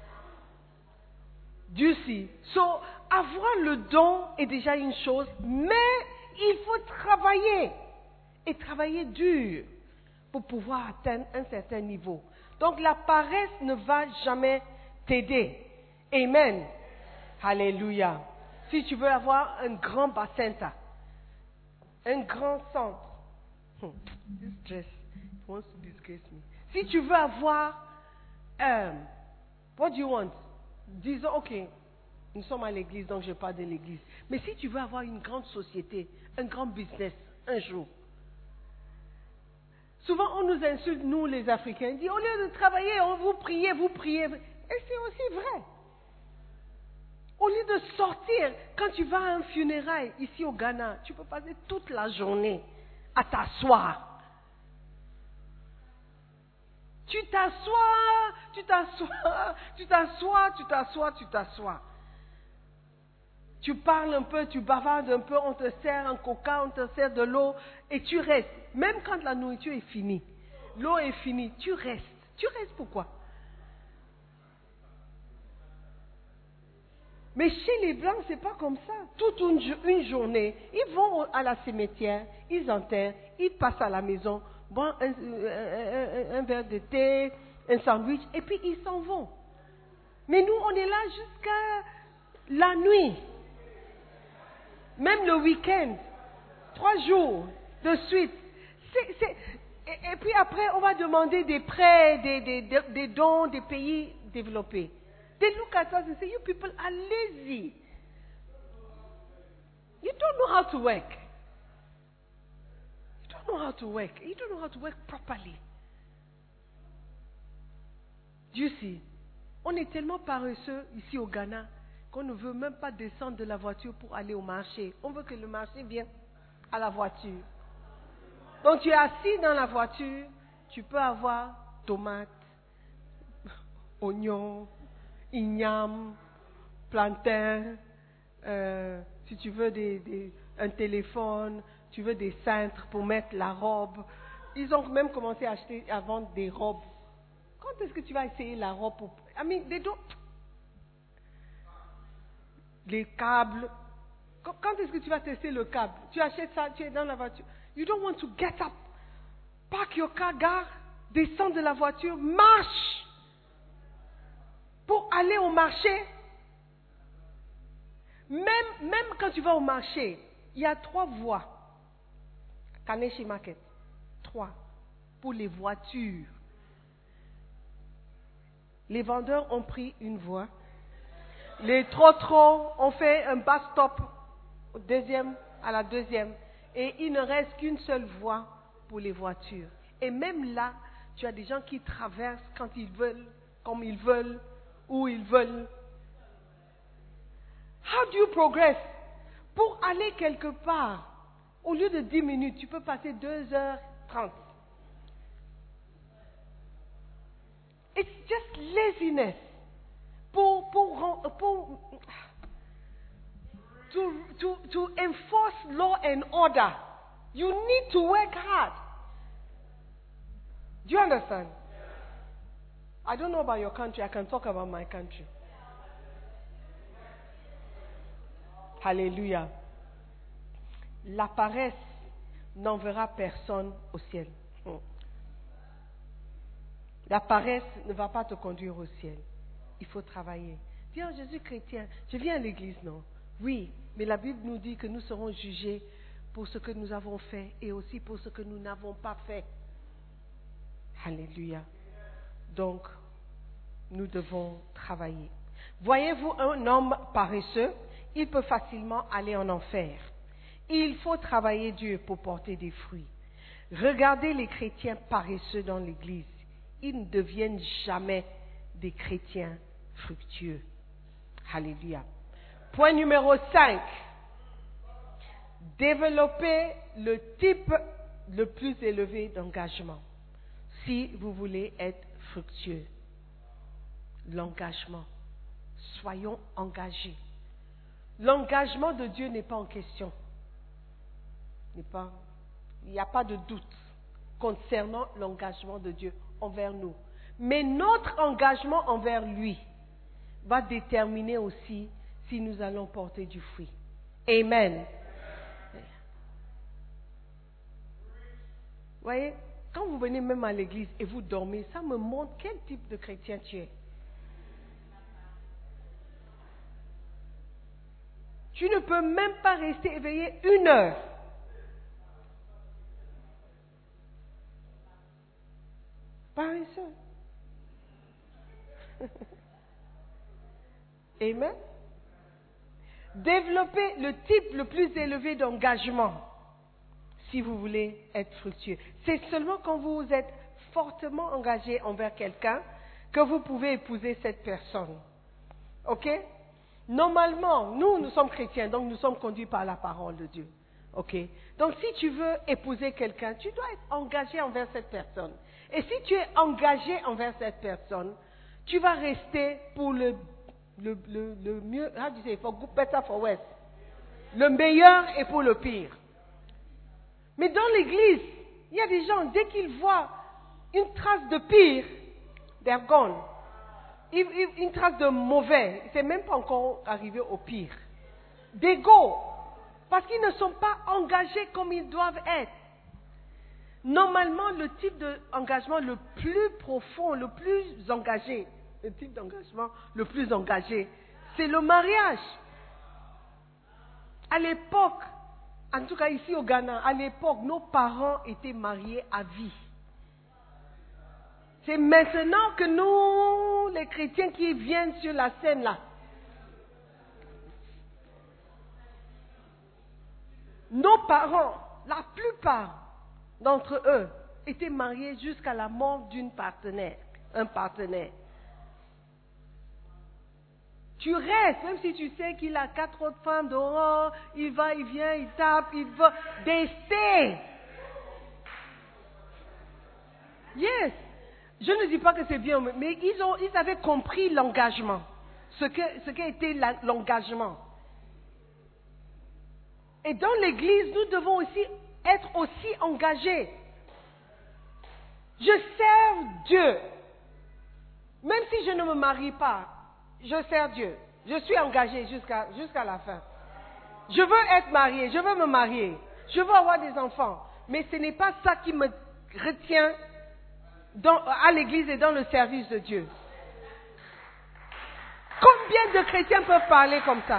Dieu sait. Avoir le don est déjà une chose, mais il faut travailler. Et travailler dur pour pouvoir atteindre un certain niveau. Donc la paresse ne va jamais t'aider. Amen. Alléluia. Si tu veux avoir un grand bassin, un grand centre. This dress wants to disgrace me. Si tu veux avoir, what do you want? Disons, ok, nous sommes à l'église, donc je parle de l'église. Mais si tu veux avoir une grande société, un grand business, un jour, souvent on nous insulte, nous les Africains, on dit au lieu de travailler, vous priez. Et c'est aussi vrai. Au lieu de sortir, quand tu vas à un funérail ici au Ghana, tu peux passer toute la journée à t'asseoir. Tu t'assois. Tu parles un peu, tu bavardes un peu, on te sert un coca, on te sert de l'eau et tu restes. Même quand la nourriture est finie, l'eau est finie, tu restes. Tu restes pourquoi? Mais chez les Blancs, c'est pas comme ça. Toute une journée, ils vont à la cimetière, ils enterrent, ils passent à la maison, boivent un verre de thé, un sandwich, et puis ils s'en vont. Mais nous, on est là jusqu'à la nuit. Même le week-end. 3 jours de suite. Et puis après, on va demander des prêts, des dons des pays développés. They look at us and say, you people are lazy. You don't know how to work. You don't know how to work. You don't know how to work properly. Dieu sait, on est tellement paresseux ici au Ghana qu'on ne veut même pas descendre de la voiture pour aller au marché. On veut que le marché vienne à la voiture. Donc tu es assis dans la voiture, tu peux avoir tomates, oignons, igname, plantain, si tu veux un téléphone, tu veux des cintres pour mettre la robe. Ils ont même commencé à vendre des robes. Quand est-ce que tu vas essayer la robe les câbles. Quand est-ce que tu vas tester le câble? Tu achètes ça, tu es dans la voiture. You don't want to get up, park your car, gare, descends de la voiture, marche pour aller au marché. Même quand tu vas au marché, il y a 3 voies. Kaneshi Market. 3 pour les voitures. Les vendeurs ont pris une voie. Les trotros ont fait un bus-stop à la deuxième. Et il ne reste qu'une seule voie pour les voitures. Et même là, tu as des gens qui traversent quand ils veulent, comme ils veulent, où ils veulent. How do you progress? Pour aller quelque part, au lieu de 10 minutes, tu peux passer 2h30. It's just laziness. To enforce law and order, you need to work hard. Do you understand? I don't know about your country. I can talk about my country. Hallelujah. La paresse n'enverra personne au ciel. La paresse ne va pas te conduire au ciel. Il faut travailler. Dis, oh, je suis chrétien, je viens à l'église, non? Oui, mais la Bible nous dit que nous serons jugés pour ce que nous avons fait et aussi pour ce que nous n'avons pas fait. Alléluia. Donc, nous devons travailler. Voyez-vous un homme paresseux, il peut facilement aller en enfer. Il faut travailler dur pour porter des fruits. Regardez les chrétiens paresseux dans l'église. Ils ne deviennent jamais des chrétiens fructueux. Alléluia. Point numéro 5. Développer le type le plus élevé d'engagement. Si vous voulez être fructueux. L'engagement. Soyons engagés. L'engagement de Dieu n'est pas en question. Il n'y a pas de doute concernant l'engagement de Dieu envers nous. Mais notre engagement envers lui va déterminer aussi si nous allons porter du fruit. Amen. Vous voyez, quand vous venez même à l'église et vous dormez, ça me montre quel type de chrétien tu es. Tu ne peux même pas rester éveillé 1 heure. Paresseux. Amen. Développez le type le plus élevé d'engagement si vous voulez être fructueux. C'est seulement quand vous êtes fortement engagé envers quelqu'un que vous pouvez épouser cette personne. Ok? Normalement, nous sommes chrétiens, donc nous sommes conduits par la parole de Dieu. Ok? Donc si tu veux épouser quelqu'un, tu dois être engagé envers cette personne. Et si tu es engagé envers cette personne, tu vas rester pour le mieux, how do you say, for good, better, for worse. Le meilleur et pour le pire. Mais dans l'église, il y a des gens, dès qu'ils voient une trace de pire, they're gone. Une trace de mauvais, c'est même pas encore arrivé au pire. D'égo, parce qu'ils ne sont pas engagés comme ils doivent être. Normalement, le type d'engagement le plus profond, le plus engagé, le type d'engagement le plus engagé, c'est le mariage. À l'époque, en tout cas ici au Ghana, à l'époque, nos parents étaient mariés à vie. C'est maintenant que nous, les chrétiens qui viennent sur la scène là, nos parents, la plupart d'entre eux, étaient mariés jusqu'à la mort un partenaire. Tu restes, même si tu sais qu'il a 4 autres femmes dehors, il va, il vient, il tape, il va. They stay. Yes. Je ne dis pas que c'est bien, mais ils avaient compris l'engagement. Ce qu'a été l'engagement. Et dans l'église, nous devons aussi être aussi engagés. Je sers Dieu. Même si je ne me marie pas, je sers Dieu. Je suis engagé jusqu'à la fin. Je veux être marié, je veux me marier. Je veux avoir des enfants. Mais ce n'est pas ça qui me retient à l'église et dans le service de Dieu. Combien de chrétiens peuvent parler comme ça?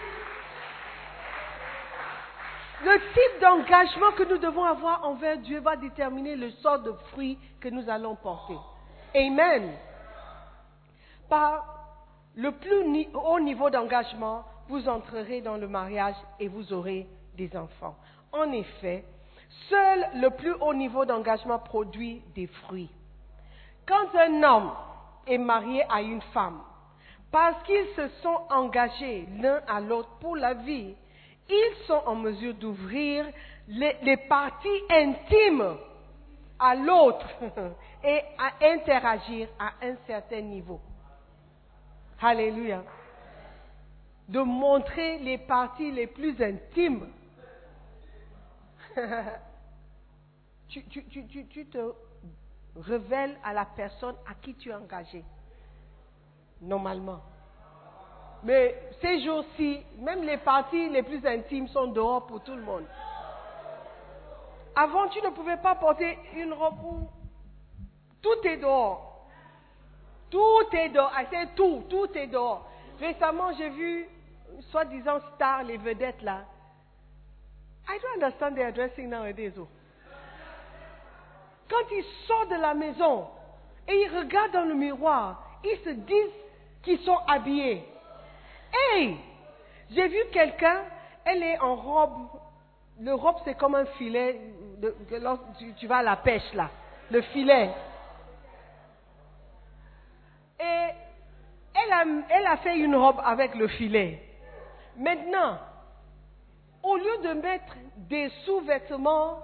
Le type d'engagement que nous devons avoir envers Dieu va déterminer le sort de fruits que nous allons porter. Amen. Par le plus haut niveau d'engagement, vous entrerez dans le mariage et vous aurez des enfants. En effet, seul le plus haut niveau d'engagement produit des fruits. Quand un homme est marié à une femme, parce qu'ils se sont engagés l'un à l'autre pour la vie, ils sont en mesure d'ouvrir les parties intimes à l'autre et à interagir à un certain niveau. Alléluia. De montrer les parties les plus intimes. Tu te révèles à la personne à qui tu es engagé. Normalement. Mais ces jours-ci, même les parties les plus intimes sont dehors pour tout le monde. Avant, tu ne pouvais pas porter une robe où tout est dehors. Tout est dehors. I say tout est dehors. Récemment, j'ai vu, soi-disant stars, les vedettes là. I don't understand their dressing nowadays. Oh. Quand ils sortent de la maison et ils regardent dans le miroir, ils se disent qu'ils sont habillés. Hey! J'ai vu quelqu'un, elle est en robe. Le robe, c'est comme un filet, lorsque tu vas à la pêche là, le filet. Et elle a fait une robe avec le filet. Maintenant, au lieu de mettre des sous-vêtements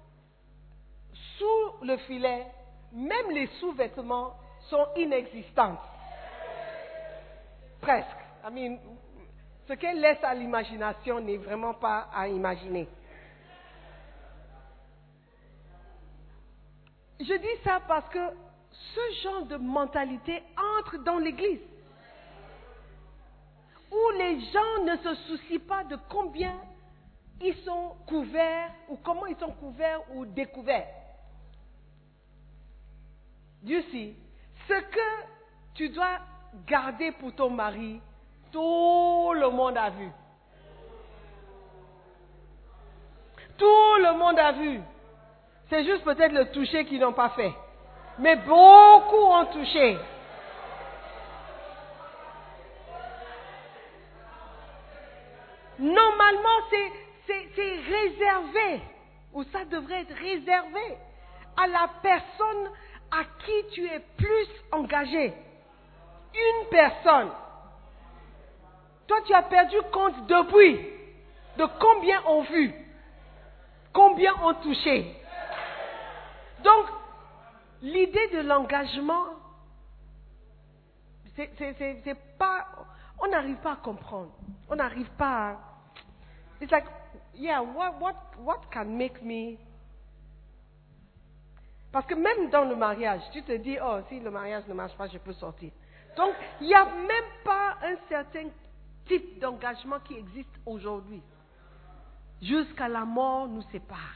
sous le filet, même les sous-vêtements sont inexistants. Presque. I mean, ce qu'elle laisse à l'imagination n'est vraiment pas à imaginer. Je dis ça parce que ce genre de mentalité entre dans l'Église. Où les gens ne se soucient pas de combien ils sont couverts ou comment ils sont couverts ou découverts. Dieu sait, ce que tu dois garder pour ton mari, tout le monde a vu. Tout le monde a vu. C'est juste peut-être le toucher qu'ils n'ont pas fait. Mais beaucoup ont touché. Normalement, c'est réservé, ou ça devrait être réservé à la personne à qui tu es plus engagé. Une personne. Toi, tu as perdu compte depuis de combien ont vu, combien ont touché. Donc, l'idée de l'engagement, c'est pas, on n'arrive pas à comprendre. On n'arrive pas à. It's like, yeah, what can make me. Parce que même dans le mariage, tu te dis, oh, si le mariage ne marche pas, je peux sortir. Donc, il n'y a même pas un certain type d'engagement qui existe aujourd'hui. Jusqu'à la mort nous sépare.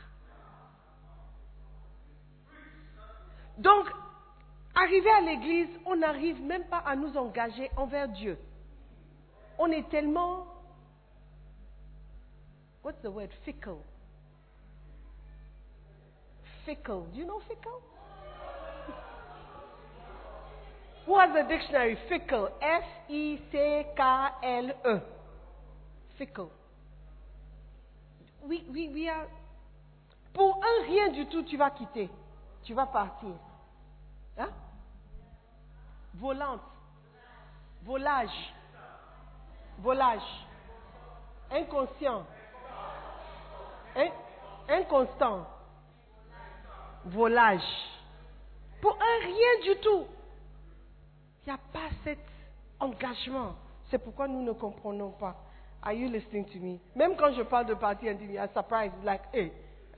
Donc, arrivé à l'église, on n'arrive même pas à nous engager envers Dieu. On est tellement, what's the word? Fickle. Fickle. Do you know fickle? Who has the dictionary? Fickle. F-I-C-K-L-E. Fickle. We are. Pour un rien du tout, tu vas quitter. Tu vas partir. Hein? Volante. Volage. Volage. Inconscient. Inconstant. Volage. Pour un rien du tout. Il n'y a pas cet engagement. C'est pourquoi nous ne comprenons pas. Are you listening to me? Même quand je parle de parties intimes, il y a surprise. Like, hey,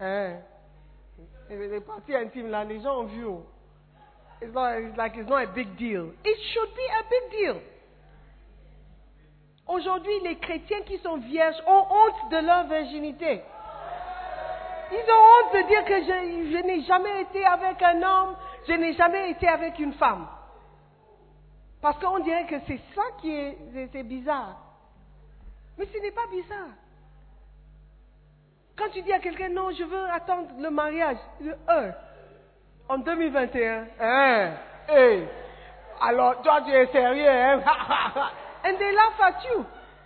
les parties intimes là, les gens ont vu. It's not a big deal. It should be a big deal. Aujourd'hui, les chrétiens qui sont vierges ont honte de leur virginité. Ils ont honte de dire que je n'ai jamais été avec un homme, je n'ai jamais été avec une femme. Parce qu'on dirait que c'est ça qui est bizarre. Mais ce n'est pas bizarre. Quand tu dis à quelqu'un, non, je veux attendre le mariage, en 2021, hey, alors toi tu es sérieux, hein? And they laugh at you.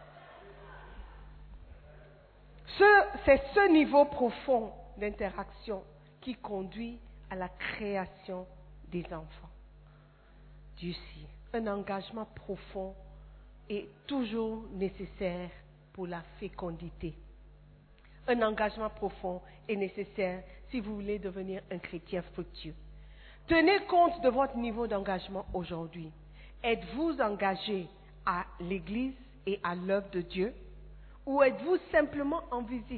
C'est ce niveau profond d'interaction qui conduit à la création des enfants. Dieu sait, un engagement profond est toujours nécessaire pour la fécondité. Un engagement profond est nécessaire si vous voulez devenir un chrétien fructueux. Tenez compte de votre niveau d'engagement aujourd'hui. Êtes-vous engagé à l'Église et à l'œuvre de Dieu ou êtes-vous simplement en visite?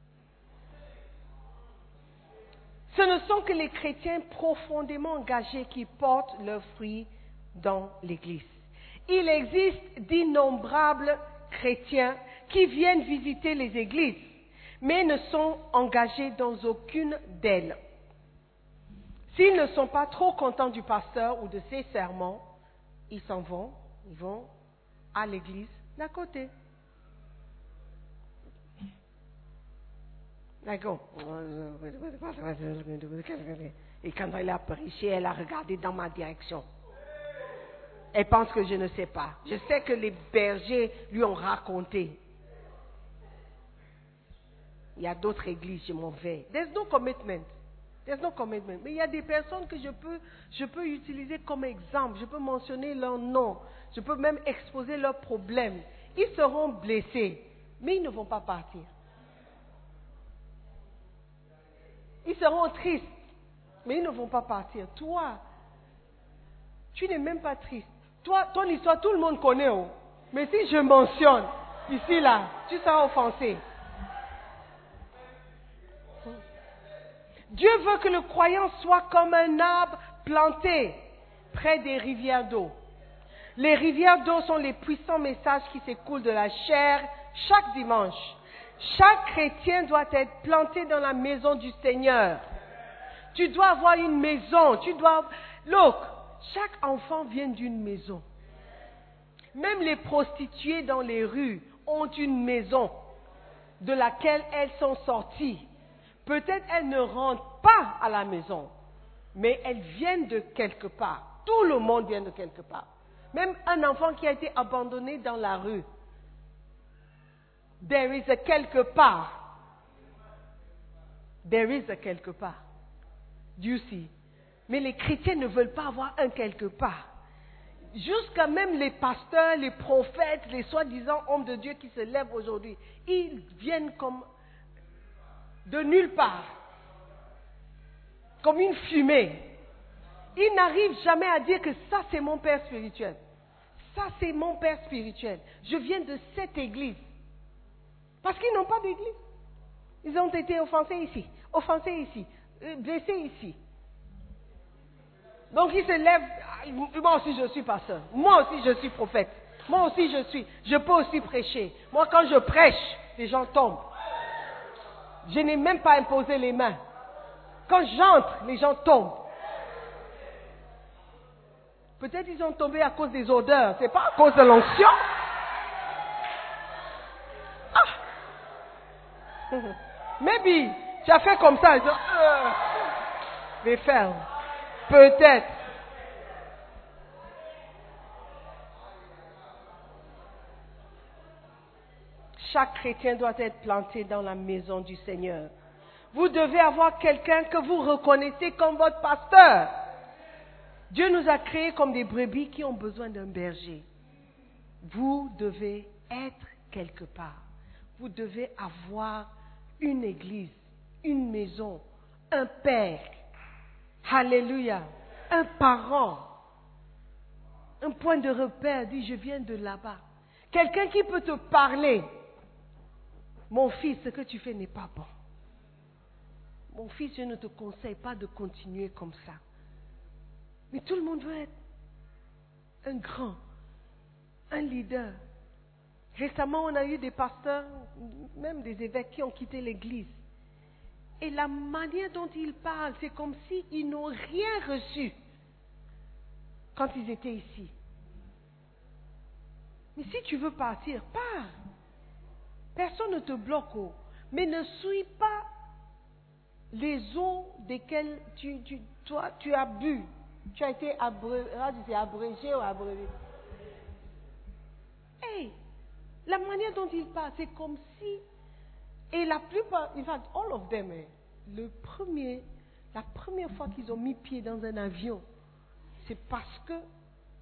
Ce ne sont que les chrétiens profondément engagés qui portent leurs fruits dans l'Église. Il existe d'innombrables chrétiens qui viennent visiter les églises, mais ne sont engagés dans aucune d'elles. S'ils ne sont pas trop contents du pasteur ou de ses sermons, ils s'en vont, ils vont à l'église d'à côté. D'accord. Et quand elle a prêché, elle a regardé dans ma direction. Elle pense que je ne sais pas. Je sais que les bergers lui ont raconté. Il y a d'autres églises, je m'en vais. There's no commitment. There's no commitment. Mais il y a des personnes que je peux utiliser comme exemple. Je peux mentionner leur nom. Je peux même exposer leurs problèmes. Ils seront blessés, mais ils ne vont pas partir. Ils seront tristes, mais ils ne vont pas partir. Toi, tu n'es même pas triste. Toi, ton histoire, tout le monde connaît. Oh. Mais si je mentionne ici, là, tu seras offensé. Dieu veut que le croyant soit comme un arbre planté près des rivières d'eau. Les rivières d'eau sont les puissants messages qui s'écoulent de la chair chaque dimanche. Chaque chrétien doit être planté dans la maison du Seigneur. Tu dois avoir une maison. Look, chaque enfant vient d'une maison. Même les prostituées dans les rues ont une maison de laquelle elles sont sorties. Peut-être elles ne rentrent pas à la maison, mais elles viennent de quelque part. Tout le monde vient de quelque part. Même un enfant qui a été abandonné dans la rue. There is a quelque part. There is a quelque part. Dieu sait. Mais les chrétiens ne veulent pas avoir un quelque part. Jusqu'à même les pasteurs, les prophètes, les soi-disant hommes de Dieu qui se lèvent aujourd'hui, ils viennent comme de nulle part, comme une fumée. Ils n'arrivent jamais à dire que ça c'est mon père spirituel. Ça c'est mon père spirituel. Je viens de cette église. Parce qu'ils n'ont pas d'église. Ils ont été offensés ici, blessés ici. Donc ils se lèvent, moi aussi je suis pasteur, moi aussi je suis prophète, moi aussi je peux aussi prêcher. Moi quand je prêche, les gens tombent. Je n'ai même pas imposé les mains. Quand j'entre, les gens tombent. Peut-être ils ont tombé à cause des odeurs, c'est pas à cause de l'onction. Maybe, tu as fait comme ça, ils ont les faire. Peut-être. Chaque chrétien doit être planté dans la maison du Seigneur. Vous devez avoir quelqu'un que vous reconnaissez comme votre pasteur. Dieu nous a créés comme des brebis qui ont besoin d'un berger. Vous devez être quelque part. Vous devez avoir une église, une maison, un père. Alléluia. Un parent. Un point de repère. Dit, je viens de là-bas. Quelqu'un qui peut te parler. Mon fils, ce que tu fais n'est pas bon. Mon fils, je ne te conseille pas de continuer comme ça. Mais tout le monde veut être un grand, un leader. Récemment, on a eu des pasteurs, même des évêques qui ont quitté l'église. Et la manière dont ils parlent, c'est comme s'ils n'ont rien reçu quand ils étaient ici. Mais si tu veux partir, pars. Personne ne te bloque, mais ne suis pas les eaux desquelles tu as bu. Tu as été abrégé ou abrévé. Hey, la manière dont ils parlent, c'est comme si, et la plupart, in fact, all of them, la première fois qu'ils ont mis pied dans un avion, c'est parce que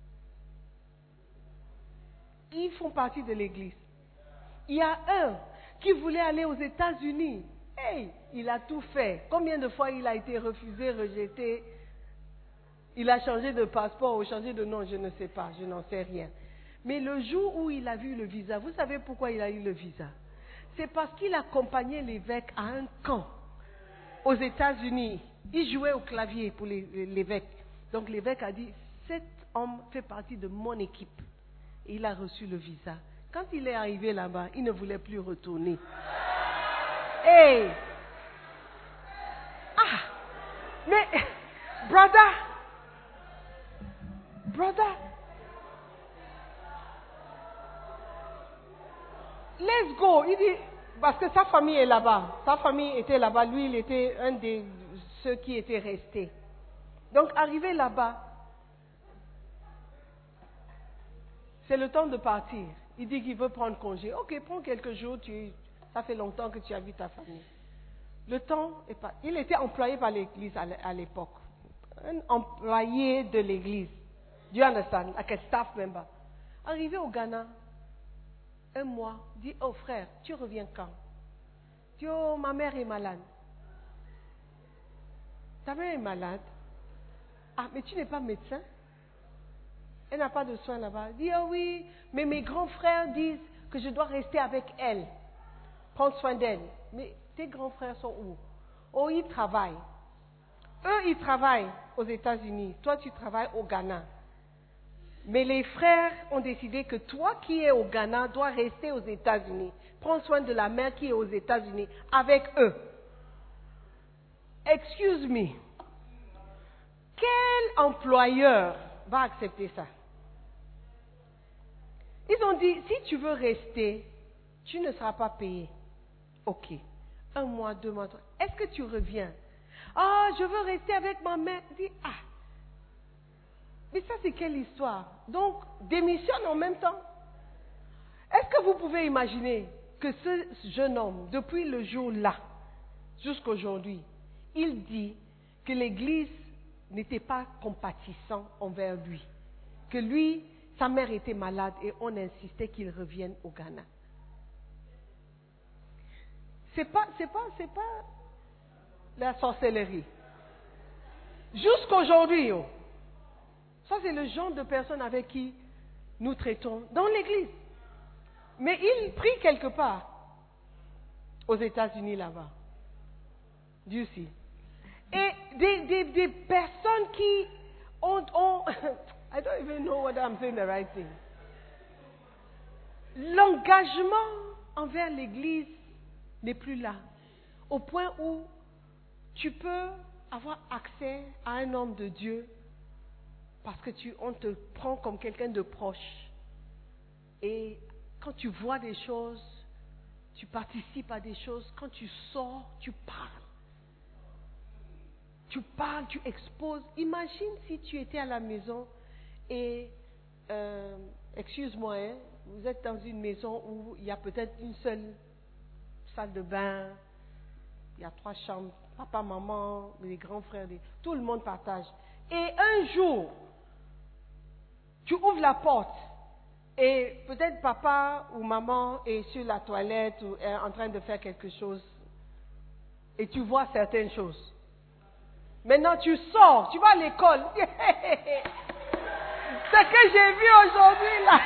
ils font partie de l'église. Il y a un, qui voulait aller aux États-Unis. Hey, il a tout fait. Combien de fois il a été refusé, rejeté? Il a changé de passeport ou changé de nom, je ne sais pas, je n'en sais rien. Mais le jour où il a vu le visa, vous savez pourquoi il a eu le visa? C'est parce qu'il accompagnait l'évêque à un camp aux États-Unis. Il jouait au clavier pour l'évêque. Donc l'évêque a dit, cet homme fait partie de mon équipe. Et il a reçu le visa. Quand il est arrivé là-bas, il ne voulait plus retourner. Hey! Ah! Mais, brother! Let's go! Il dit, parce que sa famille est là-bas. Sa famille était là-bas. Lui, il était un de ceux qui étaient restés. Donc, arrivé là-bas, c'est le temps de partir. Il dit qu'il veut prendre congé. Ok, prends quelques jours, ça fait longtemps que tu as vu ta famille. Le temps est pas. Il était employé par l'église à l'époque. Un employé de l'église. Do you understand? Like a staff member. Arrivé au Ghana, un mois, dit, oh frère, tu reviens quand? Dit, oh, ma mère est malade. Ta mère est malade? Ah, mais tu n'es pas médecin? Elle n'a pas de soins là-bas. Dit, oh oui, mais mes grands frères disent que je dois rester avec elle, prendre soin d'elle. Mais tes grands frères sont où? Oh, ils travaillent. Eux, ils travaillent aux États-Unis. Toi, tu travailles au Ghana. Mais les frères ont décidé que toi qui es au Ghana dois rester aux États-Unis. Prends soin de la mère qui est aux États-Unis avec eux. Excuse me. Quel employeur va accepter ça? Ils ont dit, si tu veux rester, tu ne seras pas payé. Ok. 1 mois, 2 mois, 3. Est-ce que tu reviens? Ah, je veux rester avec ma mère. Dis, ah. Mais ça, c'est quelle histoire? Donc, démissionne en même temps. Est-ce que vous pouvez imaginer que ce jeune homme, depuis le jour-là, jusqu'à aujourd'hui, il dit que l'Église n'était pas compatissant envers lui. Que lui, sa mère était malade et on insistait qu'il revienne au Ghana. C'est pas la sorcellerie. Jusqu'aujourd'hui, oh. Ça, c'est le genre de personnes avec qui nous traitons dans l'église. Mais il prie quelque part aux États-Unis là-bas. Dieu sait. Et des personnes qui ont I don't even know whether I'm saying the right thing. L'engagement envers l'église n'est plus là. Au point où tu peux avoir accès à un homme de Dieu parce que on te prend comme quelqu'un de proche. Et quand tu vois des choses, tu participes à des choses. Quand tu sors, tu parles. Tu parles, tu exposes. Imagine si tu étais à la maison et, excuse-moi, hein, vous êtes dans une maison où il y a peut-être une seule salle de bain, il y a 3 chambres, papa, maman, les grands frères, tout le monde partage. Et un jour, tu ouvres la porte et peut-être papa ou maman est sur la toilette ou est en train de faire quelque chose et tu vois certaines choses. Maintenant, tu sors, tu vas à l'école. Ce que j'ai vu aujourd'hui là.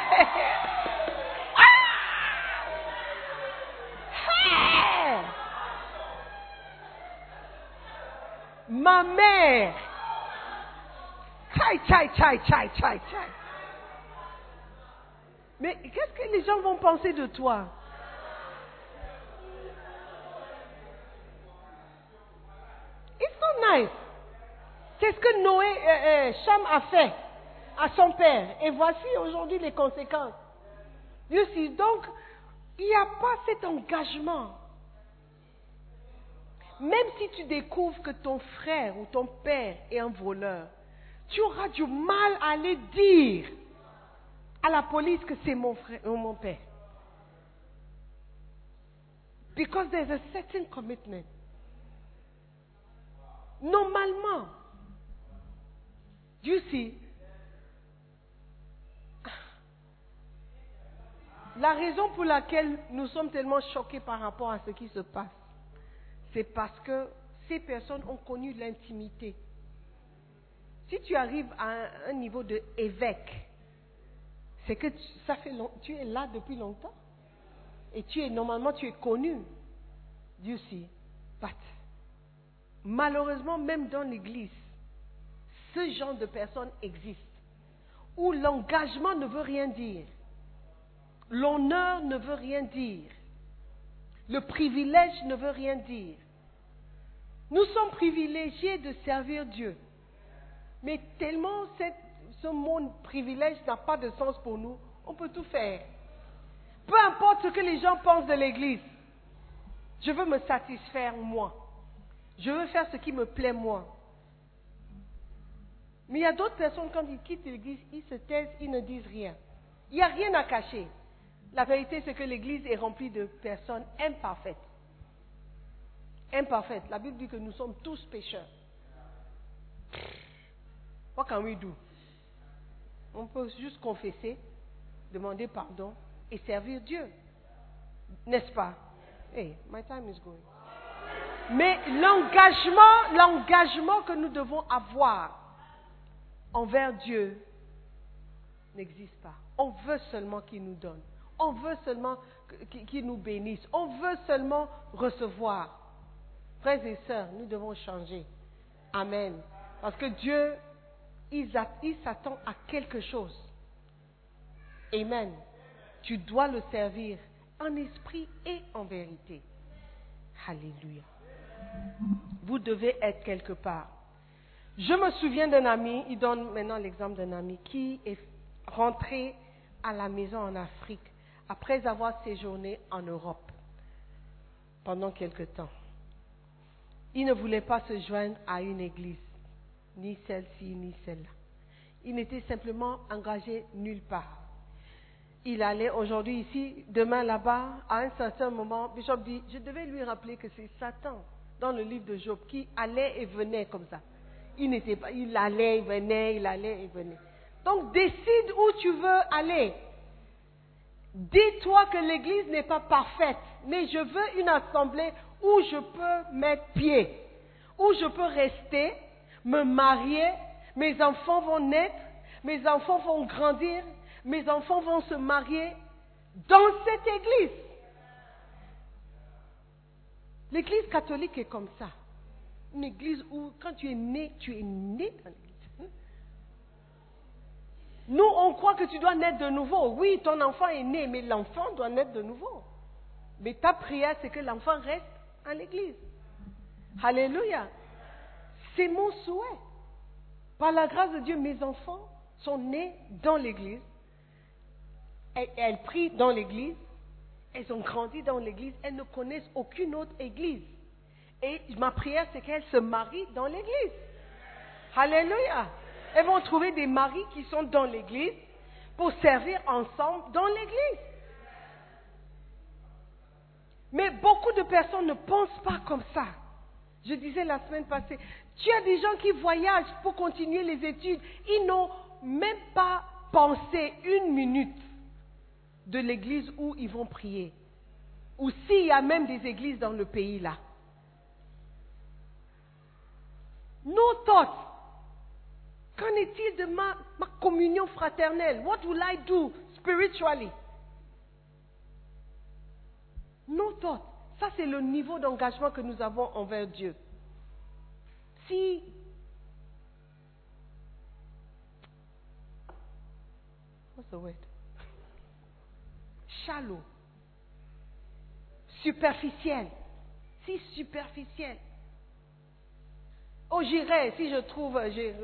Ma mère. Chai. Mais qu'est-ce que les gens vont penser de toi? It's not nice. C'est ce que Cham a fait à son père. Et voici aujourd'hui les conséquences. You see, donc, il n'y a pas cet engagement. Même si tu découvres que ton frère ou ton père est un voleur, tu auras du mal à aller dire à la police que c'est mon frère ou mon père. Because there's a certain commitment. Normalement, you see, La raison pour laquelle nous sommes tellement choqués par rapport à ce qui se passe, c'est parce que ces personnes ont connu l'intimité. Si tu arrives à un niveau d'évêque, c'est que tu es là depuis longtemps. Et normalement, tu es connu. Dieu sait. Malheureusement, même dans l'église, ce genre de personnes existe. Où l'engagement ne veut rien dire. L'honneur ne veut rien dire. Le privilège ne veut rien dire. Nous sommes privilégiés de servir Dieu. Mais tellement ce mot privilège n'a pas de sens pour nous, on peut tout faire. Peu importe ce que les gens pensent de l'église, je veux me satisfaire moi. Je veux faire ce qui me plaît moi. Mais il y a d'autres personnes, quand ils quittent l'église, ils se taisent, ils ne disent rien. Il n'y a rien à cacher. La vérité, c'est que l'église est remplie de personnes imparfaites. Imparfaites. La Bible dit que nous sommes tous pécheurs. What can we do? On peut juste confesser, demander pardon et servir Dieu. N'est-ce pas? Hey, my time is going. Mais l'engagement que nous devons avoir envers Dieu n'existe pas. On veut seulement qu'il nous donne. On veut seulement qu'il nous bénisse. On veut seulement recevoir. Frères et sœurs, nous devons changer. Amen. Parce que Dieu, il s'attend à quelque chose. Amen. Tu dois le servir en esprit et en vérité. Alléluia. Vous devez être quelque part. Je me souviens d'un ami, il donne maintenant l'exemple d'un ami qui est rentré à la maison en Afrique après avoir séjourné en Europe pendant quelque temps. Il ne voulait pas se joindre à une église, ni celle-ci, ni celle-là. Il n'était simplement engagé nulle part. Il allait aujourd'hui ici, demain là-bas. À un certain moment, Bishop dit, je devais lui rappeler que c'est Satan, dans le livre de Job, qui allait et venait comme ça. Il allait et venait, il allait et venait. Donc décide où tu veux aller. Dis-toi que l'église n'est pas parfaite, mais je veux une assemblée où je peux mettre pied, où je peux rester, me marier, mes enfants vont naître, mes enfants vont grandir, mes enfants vont se marier dans cette église. L'église catholique est comme ça. Une église où, quand tu es né dans l'église. Nous, on croit que tu dois naître de nouveau. Oui, ton enfant est né, mais l'enfant doit naître de nouveau. Mais ta prière, c'est que l'enfant reste à l'église. Alléluia. C'est mon souhait. Par la grâce de Dieu, mes enfants sont nés dans l'église. Elles prient dans l'église. Elles ont grandi dans l'église. Elles ne connaissent aucune autre église. Et ma prière, c'est qu'elles se marient dans l'église. Alléluia. Elles vont trouver des maris qui sont dans l'église pour servir ensemble dans l'église. Mais beaucoup de personnes ne pensent pas comme ça. Je disais la semaine passée, tu as des gens qui voyagent pour continuer les études. Ils n'ont même pas pensé une minute de l'église où ils vont prier. Ou s'il y a même des églises dans le pays là. No thought. Qu'en est-il de ma communion fraternelle? What will I do spiritually? No thought. Ça, c'est le niveau d'engagement que nous avons envers Dieu. Si what's the word? Shallow. Superficiel. Si superficiel. Oh, j'irai, si je trouve...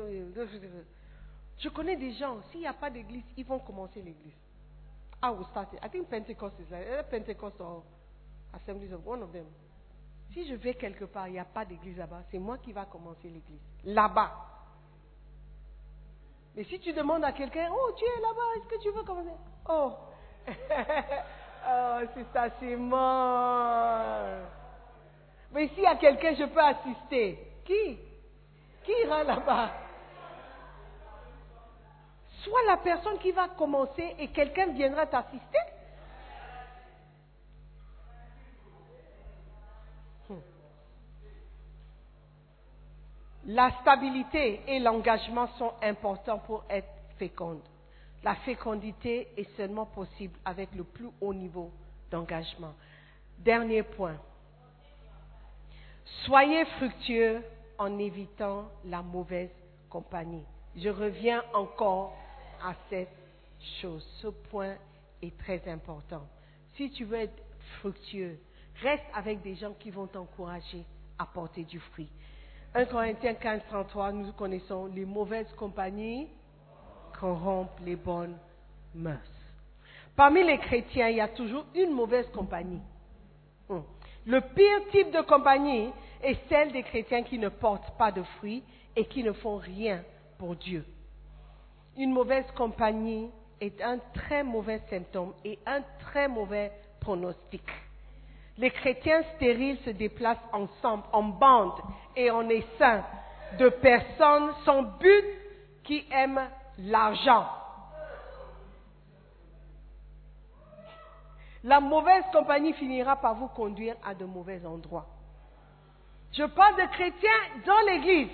Je connais des gens, s'il n'y a pas d'église, ils vont commencer l'église. I will start it. I think Pentecost is like Pentecost or Assemblies of one of them. Si je vais quelque part, il n'y a pas d'église là-bas, c'est moi qui va commencer l'église. Là-bas. Mais si tu demandes à quelqu'un, oh, tu es là-bas, est-ce que tu veux commencer? Oh, oh, c'est ça, c'est mort. Mais s'il y a quelqu'un, je peux assister. Qui ira là-bas? Soit la personne qui va commencer et quelqu'un viendra t'assister, La stabilité et l'engagement sont importants pour être féconde. La fécondité est seulement possible avec le plus haut niveau d'engagement. Dernier point. Soyez fructueux en évitant la mauvaise compagnie. Je reviens encore à cette chose. Ce point est très important. Si tu veux être fructueux, reste avec des gens qui vont t'encourager à porter du fruit. 1 Corinthiens 15, 33, nous connaissons les mauvaises compagnies corrompent les bonnes mœurs. Parmi les chrétiens, il y a toujours une mauvaise compagnie. Le pire type de compagnie est celle des chrétiens qui ne portent pas de fruits et qui ne font rien pour Dieu. Une mauvaise compagnie est un très mauvais symptôme et un très mauvais pronostic. Les chrétiens stériles se déplacent ensemble, en bande et en essaim de personnes sans but qui aiment l'argent. La mauvaise compagnie finira par vous conduire à de mauvais endroits. Je parle de chrétiens dans l'église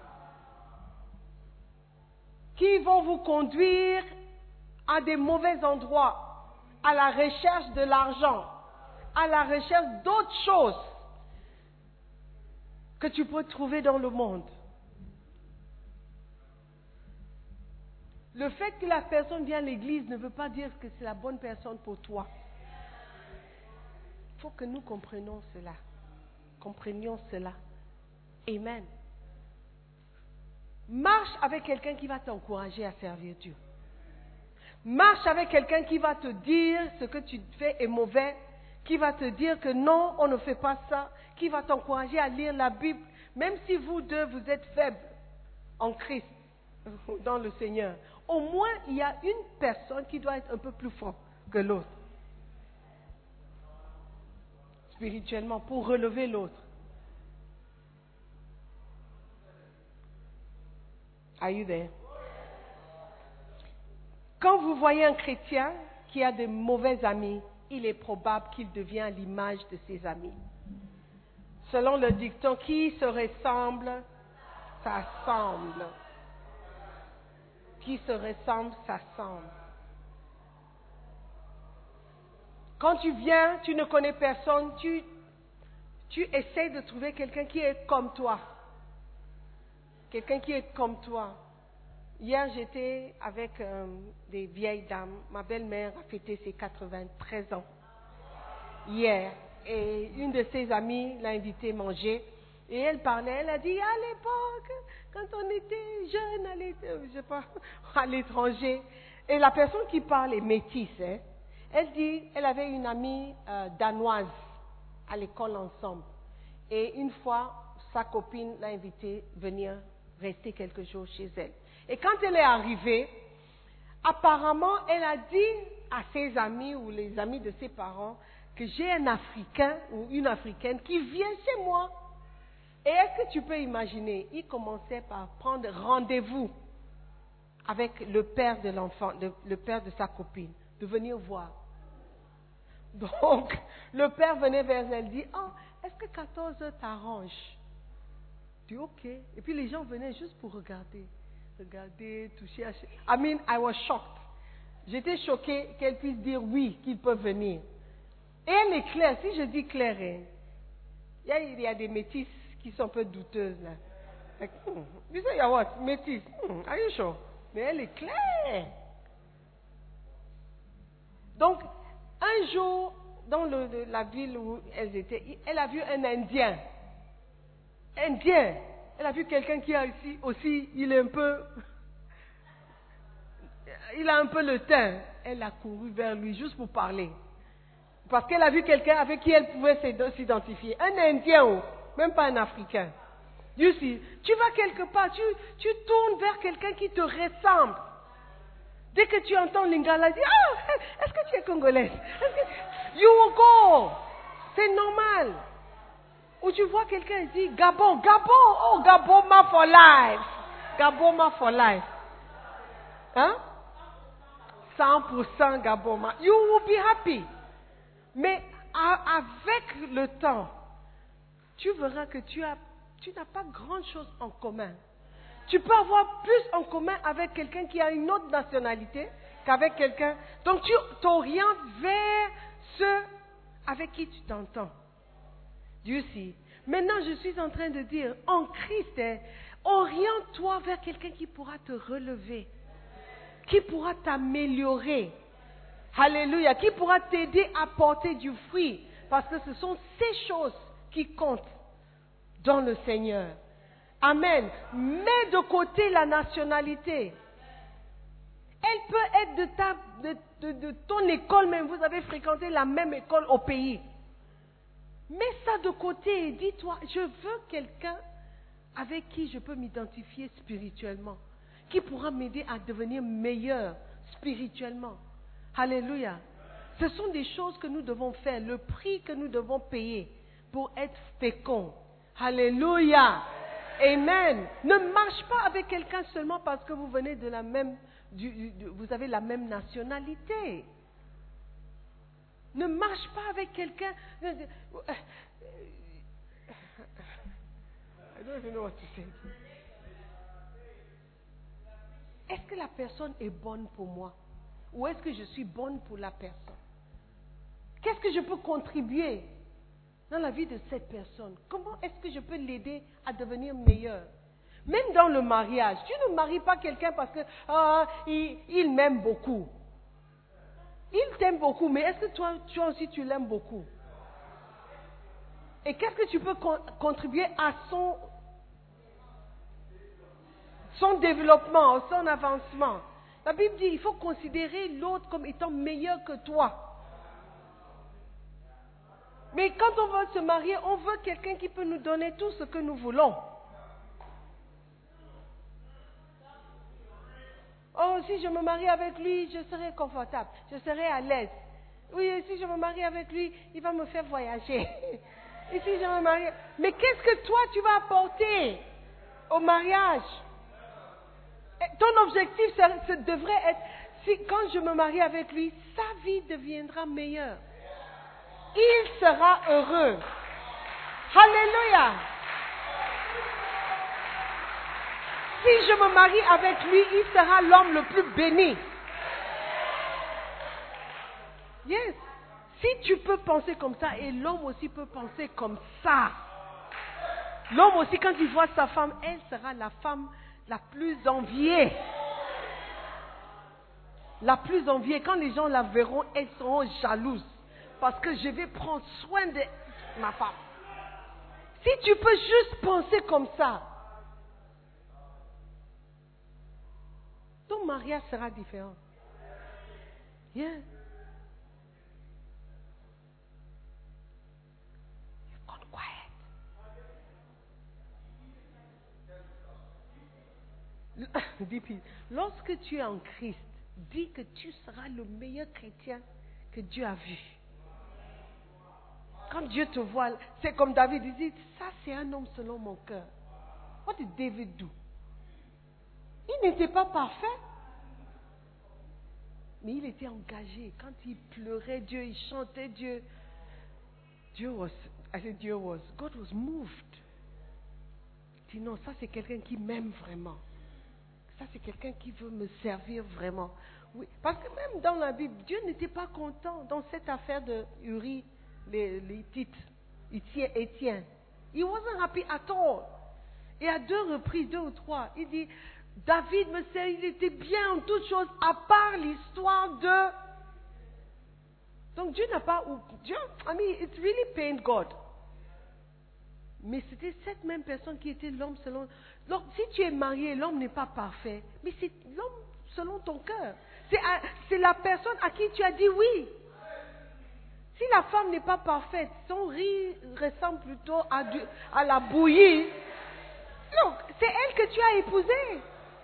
qui vont vous conduire à des mauvais endroits, à la recherche de l'argent, à la recherche d'autres choses que tu peux trouver dans le monde. Le fait que la personne vient à l'église ne veut pas dire que c'est la bonne personne pour toi. Il faut que nous comprenions cela. Amen. Marche avec quelqu'un qui va t'encourager à servir Dieu. Marche avec quelqu'un qui va te dire ce que tu fais est mauvais, qui va te dire que non, on ne fait pas ça, qui va t'encourager à lire la Bible, même si vous deux, vous êtes faibles en Christ, dans le Seigneur. Au moins, il y a une personne qui doit être un peu plus forte que l'autre. Spirituellement, pour relever l'autre. Are you there? Quand vous voyez un chrétien qui a de mauvais amis, il est probable qu'il devient l'image de ses amis. Selon le dicton, qui se ressemble, s'assemble. Qui se ressemble, s'assemble. Quand tu viens, tu ne connais personne, tu essaies de trouver quelqu'un qui est comme toi. Quelqu'un qui est comme toi. Hier, j'étais avec des vieilles dames. Ma belle-mère a fêté ses 93 ans. Hier. Et une de ses amies l'a invitée manger. Et elle parlait, elle a dit, à l'époque, quand on était jeune à l'étranger. Et la personne qui parle est métisse. Hein? Elle dit, elle avait une amie danoise à l'école ensemble. Et une fois, sa copine l'a invitée à venir rester quelques jours chez elle. Et quand elle est arrivée, apparemment, elle a dit à ses amis ou les amis de ses parents que j'ai un Africain ou une Africaine qui vient chez moi. Et est-ce que tu peux imaginer, il commençait par prendre rendez-vous avec le père de l'enfant, le père de sa copine, de venir voir. Donc, le père venait vers elle et dit, oh, est-ce que 14 heures t'arrange? Je dis, ok. Et puis les gens venaient juste pour regarder, toucher. I mean, I was shocked. J'étais choquée qu'elle puisse dire oui, qu'ils peuvent venir. Et elle est claire. Si je dis claire, hein, il y a des métisses qui sont un peu douteuses là. Like, you say you're what? Métisse. Are you sure? Mais elle est claire. Donc, un jour, dans la ville où elles étaient, elle a vu un Indien. Elle a vu quelqu'un qui a ici aussi, il a un peu le teint. Elle a couru vers lui juste pour parler. Parce qu'elle a vu quelqu'un avec qui elle pouvait s'identifier. Un Indien, même pas un Africain. You see, tu vas quelque part, tu tournes vers quelqu'un qui te ressemble. Dès que tu entends Lingala, dis, ah, est-ce que tu es congolaise? You will go. C'est normal. Ou tu vois quelqu'un et dit, Gabon, oh, Gaboma for life. Gaboma for life. Hein? 100% Gaboma. You will be happy. Mais avec le temps, tu verras que tu as tu n'as pas grand-chose en commun. Tu peux avoir plus en commun avec quelqu'un qui a une autre nationalité qu'avec quelqu'un. Donc tu t'orientes vers ceux avec qui tu t'entends. Dieu sait. Maintenant, je suis en train de dire, en Christ, oriente-toi vers quelqu'un qui pourra te relever, qui pourra t'améliorer. Alléluia. Qui pourra t'aider à porter du fruit. Parce que ce sont ces choses qui comptent dans le Seigneur. Amen. Mets de côté la nationalité. Elle peut être de ton école même. Vous avez fréquenté la même école au pays. Mets ça de côté et dis-toi, je veux quelqu'un avec qui je peux m'identifier spirituellement, qui pourra m'aider à devenir meilleur spirituellement. Alléluia. Ce sont des choses que nous devons faire, le prix que nous devons payer pour être fécond. Alléluia. Amen. Ne marche pas avec quelqu'un seulement parce que vous venez de la même, vous avez la même nationalité. Ne marche pas avec quelqu'un. I don't even know what to say. Est-ce que la personne est bonne pour moi? Ou est-ce que je suis bonne pour la personne? Qu'est-ce que je peux contribuer dans la vie de cette personne? Comment est-ce que je peux l'aider à devenir meilleur? Même dans le mariage, tu ne maries pas quelqu'un parce que il m'aime beaucoup. Il t'aime beaucoup, mais est-ce que toi aussi tu l'aimes beaucoup? Et qu'est-ce que tu peux contribuer à son développement, son avancement? La Bible dit qu'il faut considérer l'autre comme étant meilleur que toi. Mais quand on veut se marier, on veut quelqu'un qui peut nous donner tout ce que nous voulons. Oh, si je me marie avec lui, je serai confortable, je serai à l'aise. Oui, si je me marie avec lui, il va me faire voyager. Et si je me marie... Mais qu'est-ce que toi tu vas apporter au mariage? Ton objectif devrait être, quand je me marie avec lui, sa vie deviendra meilleure. Il sera heureux. Alléluia. Si je me marie avec lui, il sera l'homme le plus béni. Yes. Si tu peux penser comme ça, et l'homme aussi peut penser comme ça. L'homme aussi, quand il voit sa femme, elle sera la femme la plus enviée. La plus enviée. Quand les gens la verront, elles seront jalouses. Parce que je vais prendre soin de ma femme. Si tu peux juste penser comme ça, ton mariage sera différent. Yeah. You've gone quiet. Lorsque tu es en Christ, dis que tu seras le meilleur chrétien que Dieu a vu. Quand Dieu te voit, c'est comme David, il dit, ça c'est un homme selon mon cœur. What did David do? Il n'était pas parfait. Mais il était engagé. Quand il pleurait Dieu, il chantait Dieu. God was moved. Il dit non, ça c'est quelqu'un qui m'aime vraiment. Ça c'est quelqu'un qui veut me servir vraiment. Oui, parce que même dans la Bible, Dieu n'était pas content dans cette affaire de Uri, les titres, Étienne. He wasn't happy at all. Et à 2 reprises, 2 ou 3, il dit, David me sait, il était bien en toutes choses, à part l'histoire de... Donc Dieu n'a pas... it really pained God. Mais c'était cette même personne qui était l'homme selon... Donc si tu es marié, l'homme n'est pas parfait, mais c'est l'homme selon ton cœur. C'est la personne à qui tu as dit oui. Si la femme n'est pas parfaite, son riz ressemble plutôt à la bouillie. Non, c'est elle que tu as épousée.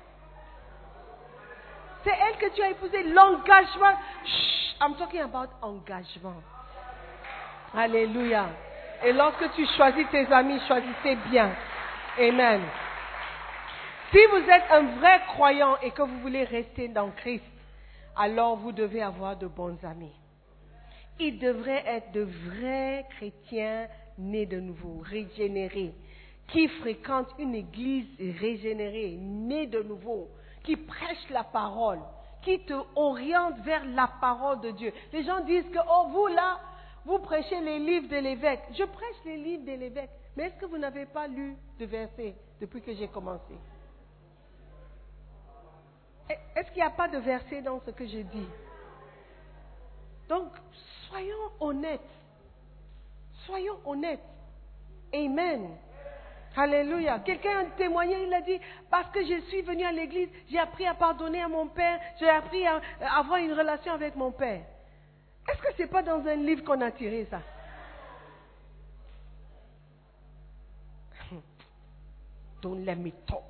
C'est elle que tu as épousée. L'engagement. I'm talking about engagement. Alléluia. Et lorsque tu choisis tes amis, choisissez bien. Amen. Si vous êtes un vrai croyant et que vous voulez rester dans Christ, alors vous devez avoir de bons amis. Ils devraient être de vrais chrétiens nés de nouveau, régénérés, qui fréquente une église régénérée, née de nouveau, qui prêche la parole, qui te oriente vers la parole de Dieu. Les gens disent que, oh, vous là, vous prêchez les livres de l'évêque. Je prêche les livres de l'évêque. Mais est-ce que vous n'avez pas lu de versets depuis que j'ai commencé? Est-ce qu'il n'y a pas de verset dans ce que je dis? Donc, soyons honnêtes. Soyons honnêtes. Amen. Alléluia. Quelqu'un a témoigné, il a dit, parce que je suis venu à l'église, j'ai appris à pardonner à mon père, j'ai appris à avoir une relation avec mon père. Est-ce que ce n'est pas dans un livre qu'on a tiré ça? Don't let me talk.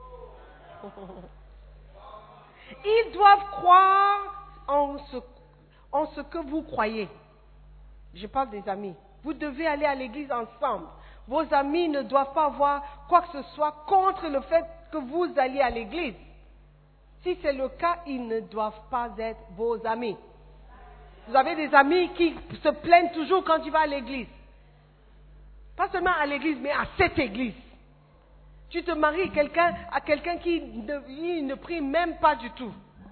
Ils doivent croire en ce que vous croyez. Je parle des amis. Vous devez aller à l'église ensemble. Vos amis ne doivent pas avoir quoi que ce soit contre le fait que vous alliez à l'église. Si c'est le cas, ils ne doivent pas être vos amis. Vous avez des amis qui se plaignent toujours quand tu vas à l'église. Pas seulement à l'église, mais à cette église. Tu te maries à quelqu'un qui ne prie même pas du tout.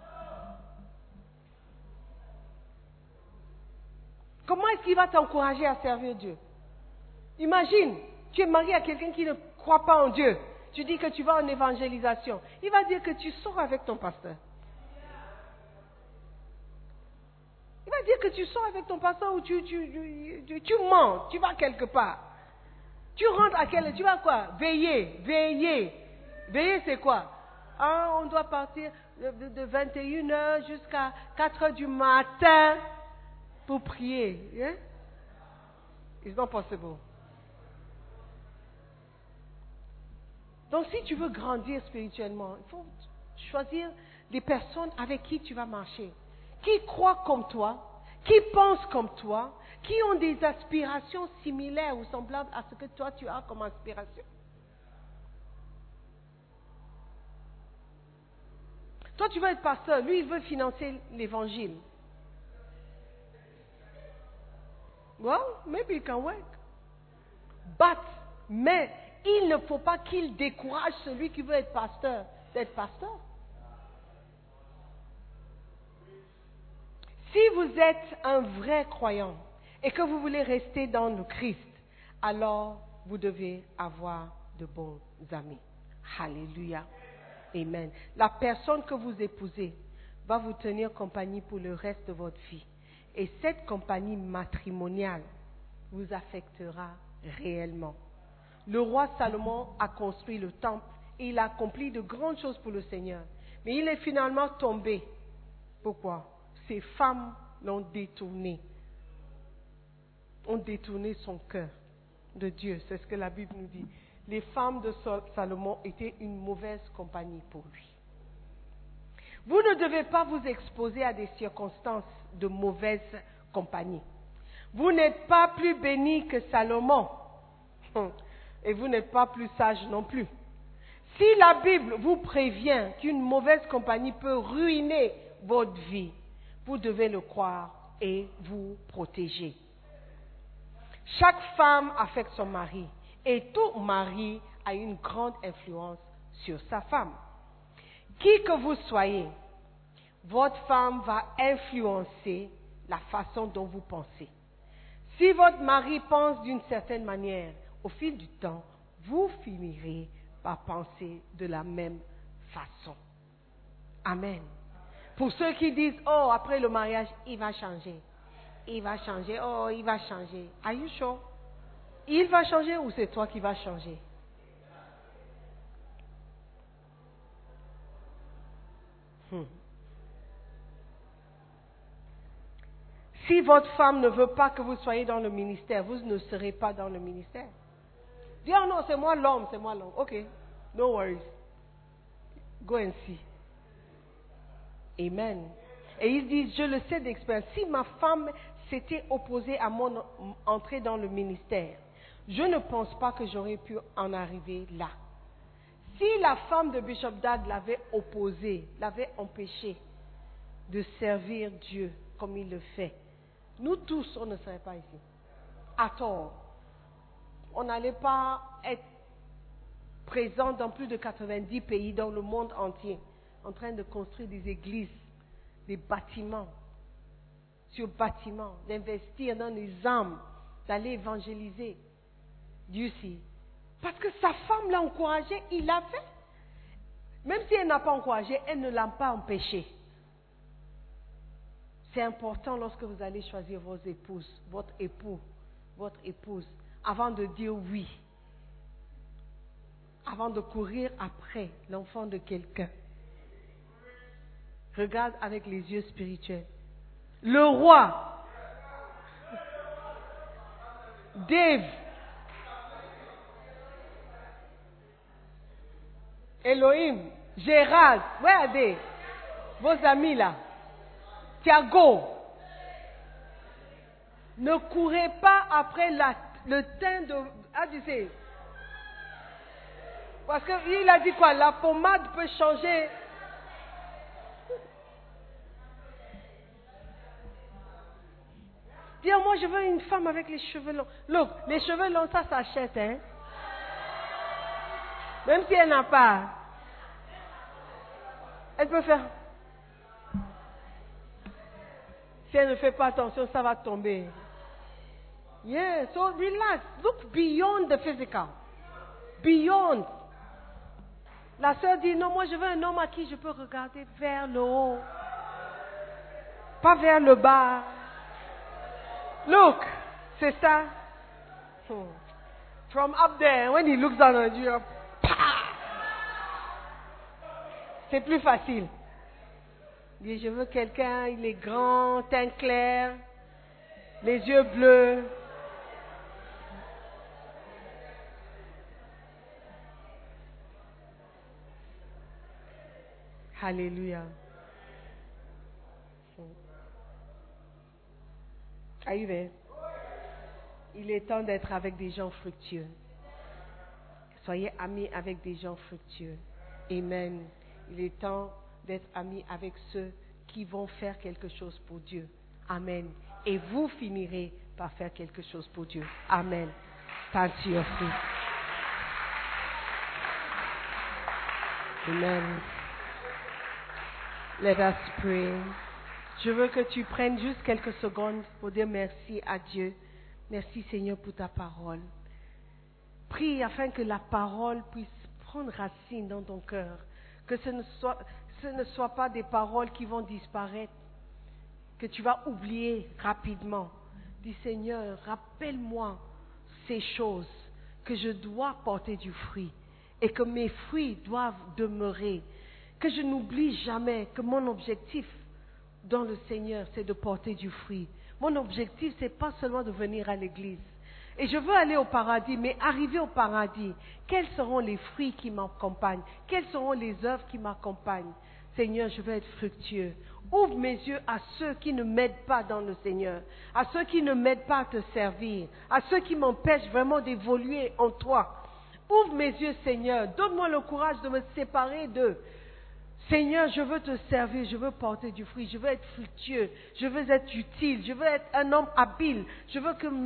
Comment est-ce qu'il va t'encourager à servir Dieu? Imagine, tu es marié à quelqu'un qui ne croit pas en Dieu. Tu dis que tu vas en évangélisation. Il va dire que tu sors avec ton pasteur. Il va dire que tu sors avec ton pasteur ou tu mens, tu vas quelque part. Tu rentres à quelle heure? Tu vas quoi? Veiller. Veiller, c'est quoi? Ah, on doit partir de 21h jusqu'à 4h du matin pour prier. Yeah? It's not possible. Donc, si tu veux grandir spirituellement, il faut choisir des personnes avec qui tu vas marcher, qui croient comme toi, qui pensent comme toi, qui ont des aspirations similaires ou semblables à ce que toi tu as comme aspiration. Toi, tu veux être pasteur, lui, il veut financer l'évangile. Well, maybe it can work. Mais il ne faut pas qu'il décourage celui qui veut être pasteur d'être pasteur. Si vous êtes un vrai croyant et que vous voulez rester dans le Christ, alors vous devez avoir de bons amis. Alléluia. Amen. La personne que vous épousez va vous tenir compagnie pour le reste de votre vie. Et cette compagnie matrimoniale vous affectera réellement. Le roi Salomon a construit le temple et il a accompli de grandes choses pour le Seigneur. Mais il est finalement tombé. Pourquoi? Ses femmes l'ont détourné. Ont détourné son cœur de Dieu. C'est ce que la Bible nous dit. Les femmes de Salomon étaient une mauvaise compagnie pour lui. Vous ne devez pas vous exposer à des circonstances de mauvaise compagnie. Vous n'êtes pas plus béni que Salomon. Et vous n'êtes pas plus sage non plus. Si la Bible vous prévient qu'une mauvaise compagnie peut ruiner votre vie, vous devez le croire et vous protéger. Chaque femme affecte son mari et tout mari a une grande influence sur sa femme. Qui que vous soyez, votre femme va influencer la façon dont vous pensez. Si votre mari pense d'une certaine manière, au fil du temps, vous finirez par penser de la même façon. Amen. Pour ceux qui disent, oh, après le mariage, il va changer. Il va changer, oh, il va changer. Are you sure? Il va changer ou c'est toi qui vas changer? Si votre femme ne veut pas que vous soyez dans le ministère, vous ne serez pas dans le ministère. Dis, oh non, c'est moi l'homme, c'est moi l'homme. Ok, no worries. Go and see. Amen. Et ils disent, je le sais d'expérience, si ma femme s'était opposée à mon entrée dans le ministère, je ne pense pas que j'aurais pu en arriver là. Si la femme de Bishop Dag l'avait opposé, l'avait empêché de servir Dieu comme il le fait, nous tous, on ne serait pas ici. À tort. On n'allait pas être présente dans plus de 90 pays dans le monde entier, en train de construire des églises, des bâtiments sur bâtiments, d'investir dans les âmes, d'aller évangéliser. Dieu sait. Parce que sa femme l'a encouragé, il l'a fait. Même si elle n'a pas encouragé, elle ne l'a pas empêché. C'est important lorsque vous allez choisir vos épouses, votre époux, votre épouse, avant de dire oui, avant de courir après l'enfant de quelqu'un. Regarde avec les yeux spirituels. Le roi, Dave, Elohim, Gérald, regardez, vos amis là, Thiago, ne courez pas après le teint de... Ah, tu sais, parce qu'il a dit quoi? La pommade peut changer. Dis, moi je veux une femme avec les cheveux longs. Look, les cheveux longs, ça s'achète, hein. Même si elle n'a pas. Elle peut faire. Si elle ne fait pas attention, ça va tomber. Yeah, so relax. Look beyond the physical. Beyond. La sœur dit, non, moi je veux un homme à qui je peux regarder vers le haut. Pas vers le bas. Look, c'est ça. From up there, when he looks down on you, c'est plus facile. Il dit, je veux quelqu'un, il est grand, teint clair, les yeux bleus. Alléluia. Are you there? Il est temps d'être avec des gens fructueux. Soyez amis avec des gens fructueux. Amen. Il est temps d'être amis avec ceux qui vont faire quelque chose pour Dieu. Amen. Et vous finirez par faire quelque chose pour Dieu. Amen. Stand to your feet. Amen. Let us pray. Je veux que tu prennes juste quelques secondes pour dire merci à Dieu. Merci Seigneur pour ta parole. Prie afin que la parole puisse prendre racine dans ton cœur. Que ce ne soit pas des paroles qui vont disparaître, que tu vas oublier rapidement. Dis Seigneur, rappelle-moi ces choses, que je dois porter du fruit et que mes fruits doivent demeurer. Que je n'oublie jamais que mon objectif dans le Seigneur, c'est de porter du fruit. Mon objectif, c'est pas seulement de venir à l'église. Et je veux aller au paradis, mais arriver au paradis, quels seront les fruits qui m'accompagnent? Quelles seront les œuvres qui m'accompagnent? Seigneur, je veux être fructueux. Ouvre mes yeux à ceux qui ne m'aident pas dans le Seigneur, à ceux qui ne m'aident pas à te servir, à ceux qui m'empêchent vraiment d'évoluer en toi. Ouvre mes yeux, Seigneur. Donne-moi le courage de me séparer d'eux. Seigneur, je veux te servir, je veux porter du fruit, je veux être fructueux, je veux être utile, je veux être un homme habile, je veux que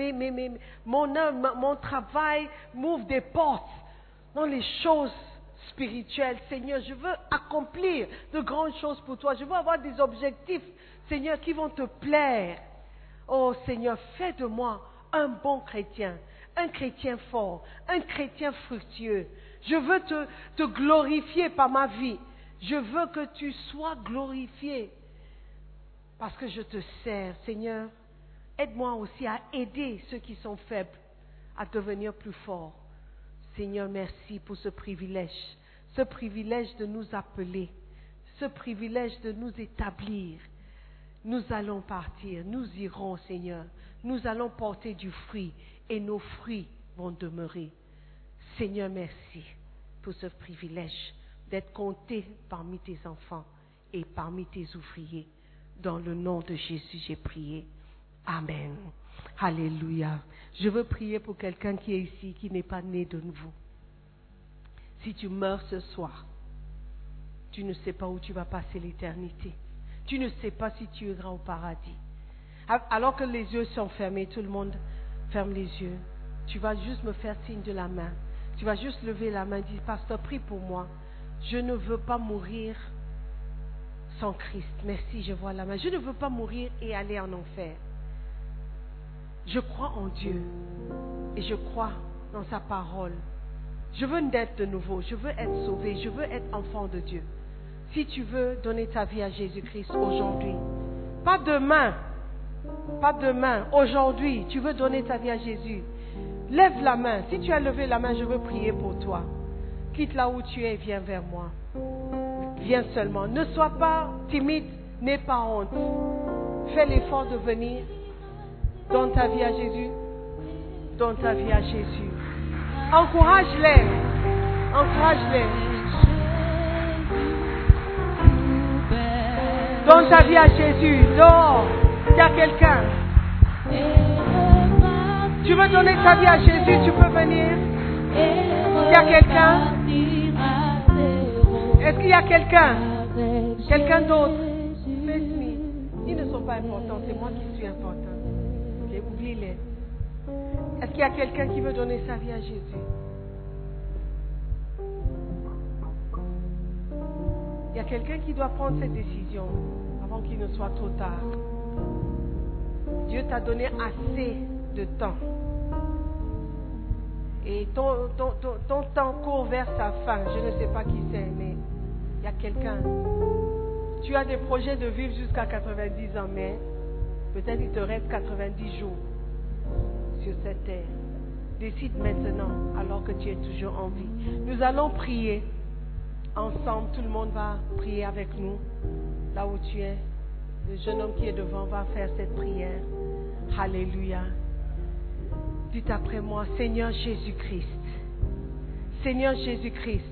mon travail m'ouvre des portes dans les choses spirituelles. Seigneur, je veux accomplir de grandes choses pour toi, je veux avoir des objectifs, Seigneur, qui vont te plaire. Oh Seigneur, fais de moi un bon chrétien, un chrétien fort, un chrétien fructueux. Je veux te glorifier par ma vie. Je veux que tu sois glorifié parce que je te sers. Seigneur, aide-moi aussi à aider ceux qui sont faibles à devenir plus forts. Seigneur, merci pour ce privilège de nous appeler, ce privilège de nous établir. Nous allons partir, nous irons, Seigneur, nous allons porter du fruit et nos fruits vont demeurer. Seigneur, merci pour ce privilège d'être compté parmi tes enfants et parmi tes ouvriers. Dans le nom de Jésus, j'ai prié. Amen. Alléluia. Je veux prier pour quelqu'un qui est ici, qui n'est pas né de nouveau. Si tu meurs ce soir, tu ne sais pas où tu vas passer l'éternité. Tu ne sais pas si tu iras au paradis. Alors que les yeux sont fermés, tout le monde ferme les yeux. Tu vas juste me faire signe de la main. Tu vas juste lever la main et dire, pasteur, prie pour moi. Je ne veux pas mourir sans Christ. Merci, je vois la main. Je ne veux pas mourir et aller en enfer. Je crois en Dieu et je crois dans sa parole. Je veux naître de nouveau. Je veux être sauvé. Je veux être enfant de Dieu. Si tu veux donner ta vie à Jésus-Christ aujourd'hui, pas demain, aujourd'hui, tu veux donner ta vie à Jésus, lève la main. Si tu as levé la main, je veux prier pour toi. Quitte là où tu es et viens vers moi. Viens seulement. Ne sois pas timide, n'aie pas honte. Fais l'effort de venir. Donne ta vie à Jésus. Donne ta vie à Jésus. Encourage-les. Encourage-les. Donne ta vie à Jésus. Dehors. Il y a quelqu'un. Tu veux donner ta vie à Jésus, tu peux venir. Il y a quelqu'un. Est-ce qu'il y a quelqu'un? Quelqu'un d'autre? Face me. Ils ne sont pas importants, c'est moi qui suis important. Ok, oublie-les. Est-ce qu'il y a quelqu'un qui veut donner sa vie à Jésus? Il y a quelqu'un qui doit prendre cette décision avant qu'il ne soit trop tard. Dieu t'a donné assez de temps. Et ton temps court vers sa fin. Je ne sais pas qui c'est, mais il y a quelqu'un. Tu as des projets de vivre jusqu'à 90 ans, mais peut-être il te reste 90 jours sur cette terre. Décide maintenant, alors que tu es toujours en vie. Nous allons prier ensemble. Tout le monde va prier avec nous, là où tu es. Le jeune homme qui est devant va faire cette prière. Alléluia. Dites après moi, Seigneur Jésus-Christ. Seigneur Jésus-Christ.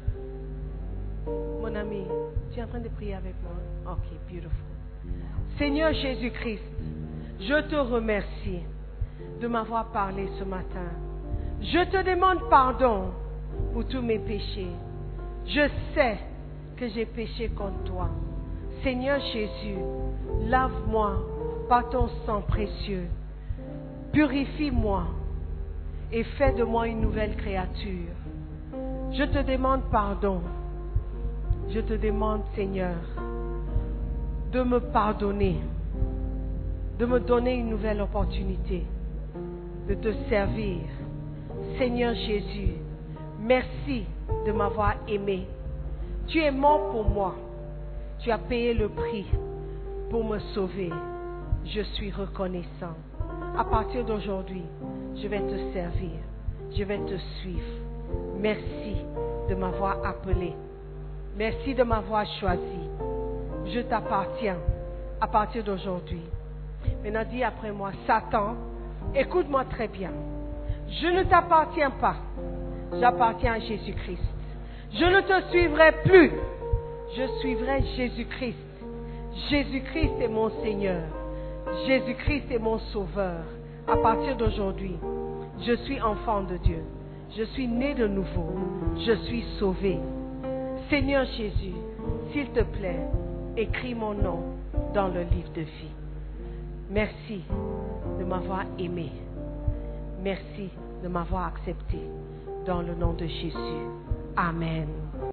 Mon ami, tu es en train de prier avec moi? Ok, beautiful. Seigneur Jésus-Christ, je te remercie de m'avoir parlé ce matin. Je te demande pardon pour tous mes péchés. Je sais que j'ai péché contre toi. Seigneur Jésus, lave-moi par ton sang précieux. Purifie-moi et fais de moi une nouvelle créature. Je te demande pardon. Je te demande, Seigneur, de me pardonner, de me donner une nouvelle opportunité, de te servir. Seigneur Jésus, merci de m'avoir aimé. Tu es mort pour moi. Tu as payé le prix pour me sauver. Je suis reconnaissant. À partir d'aujourd'hui, je vais te servir. Je vais te suivre. Merci de m'avoir appelé. Merci de m'avoir choisi. Je t'appartiens à partir d'aujourd'hui. Maintenant, dis après moi, Satan, écoute-moi très bien. Je ne t'appartiens pas. J'appartiens à Jésus-Christ. Je ne te suivrai plus. Je suivrai Jésus-Christ. Jésus-Christ est mon Seigneur. Jésus-Christ est mon Sauveur. À partir d'aujourd'hui, je suis enfant de Dieu. Je suis né de nouveau. Je suis sauvé. Seigneur Jésus, s'il te plaît, écris mon nom dans le livre de vie. Merci de m'avoir aimé. Merci de m'avoir accepté. Dans le nom de Jésus. Amen.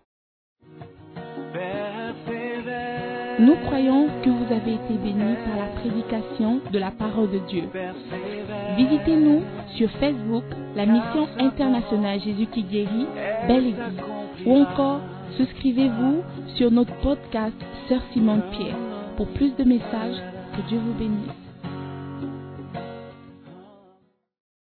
Nous croyons que vous avez été bénis par la prédication de la parole de Dieu. Visitez-nous sur Facebook, la mission internationale Jésus qui guérit, Belle Église, ou encore souscrivez-vous sur notre podcast Sœur Simone Pierre. Pour plus de messages, que Dieu vous bénisse.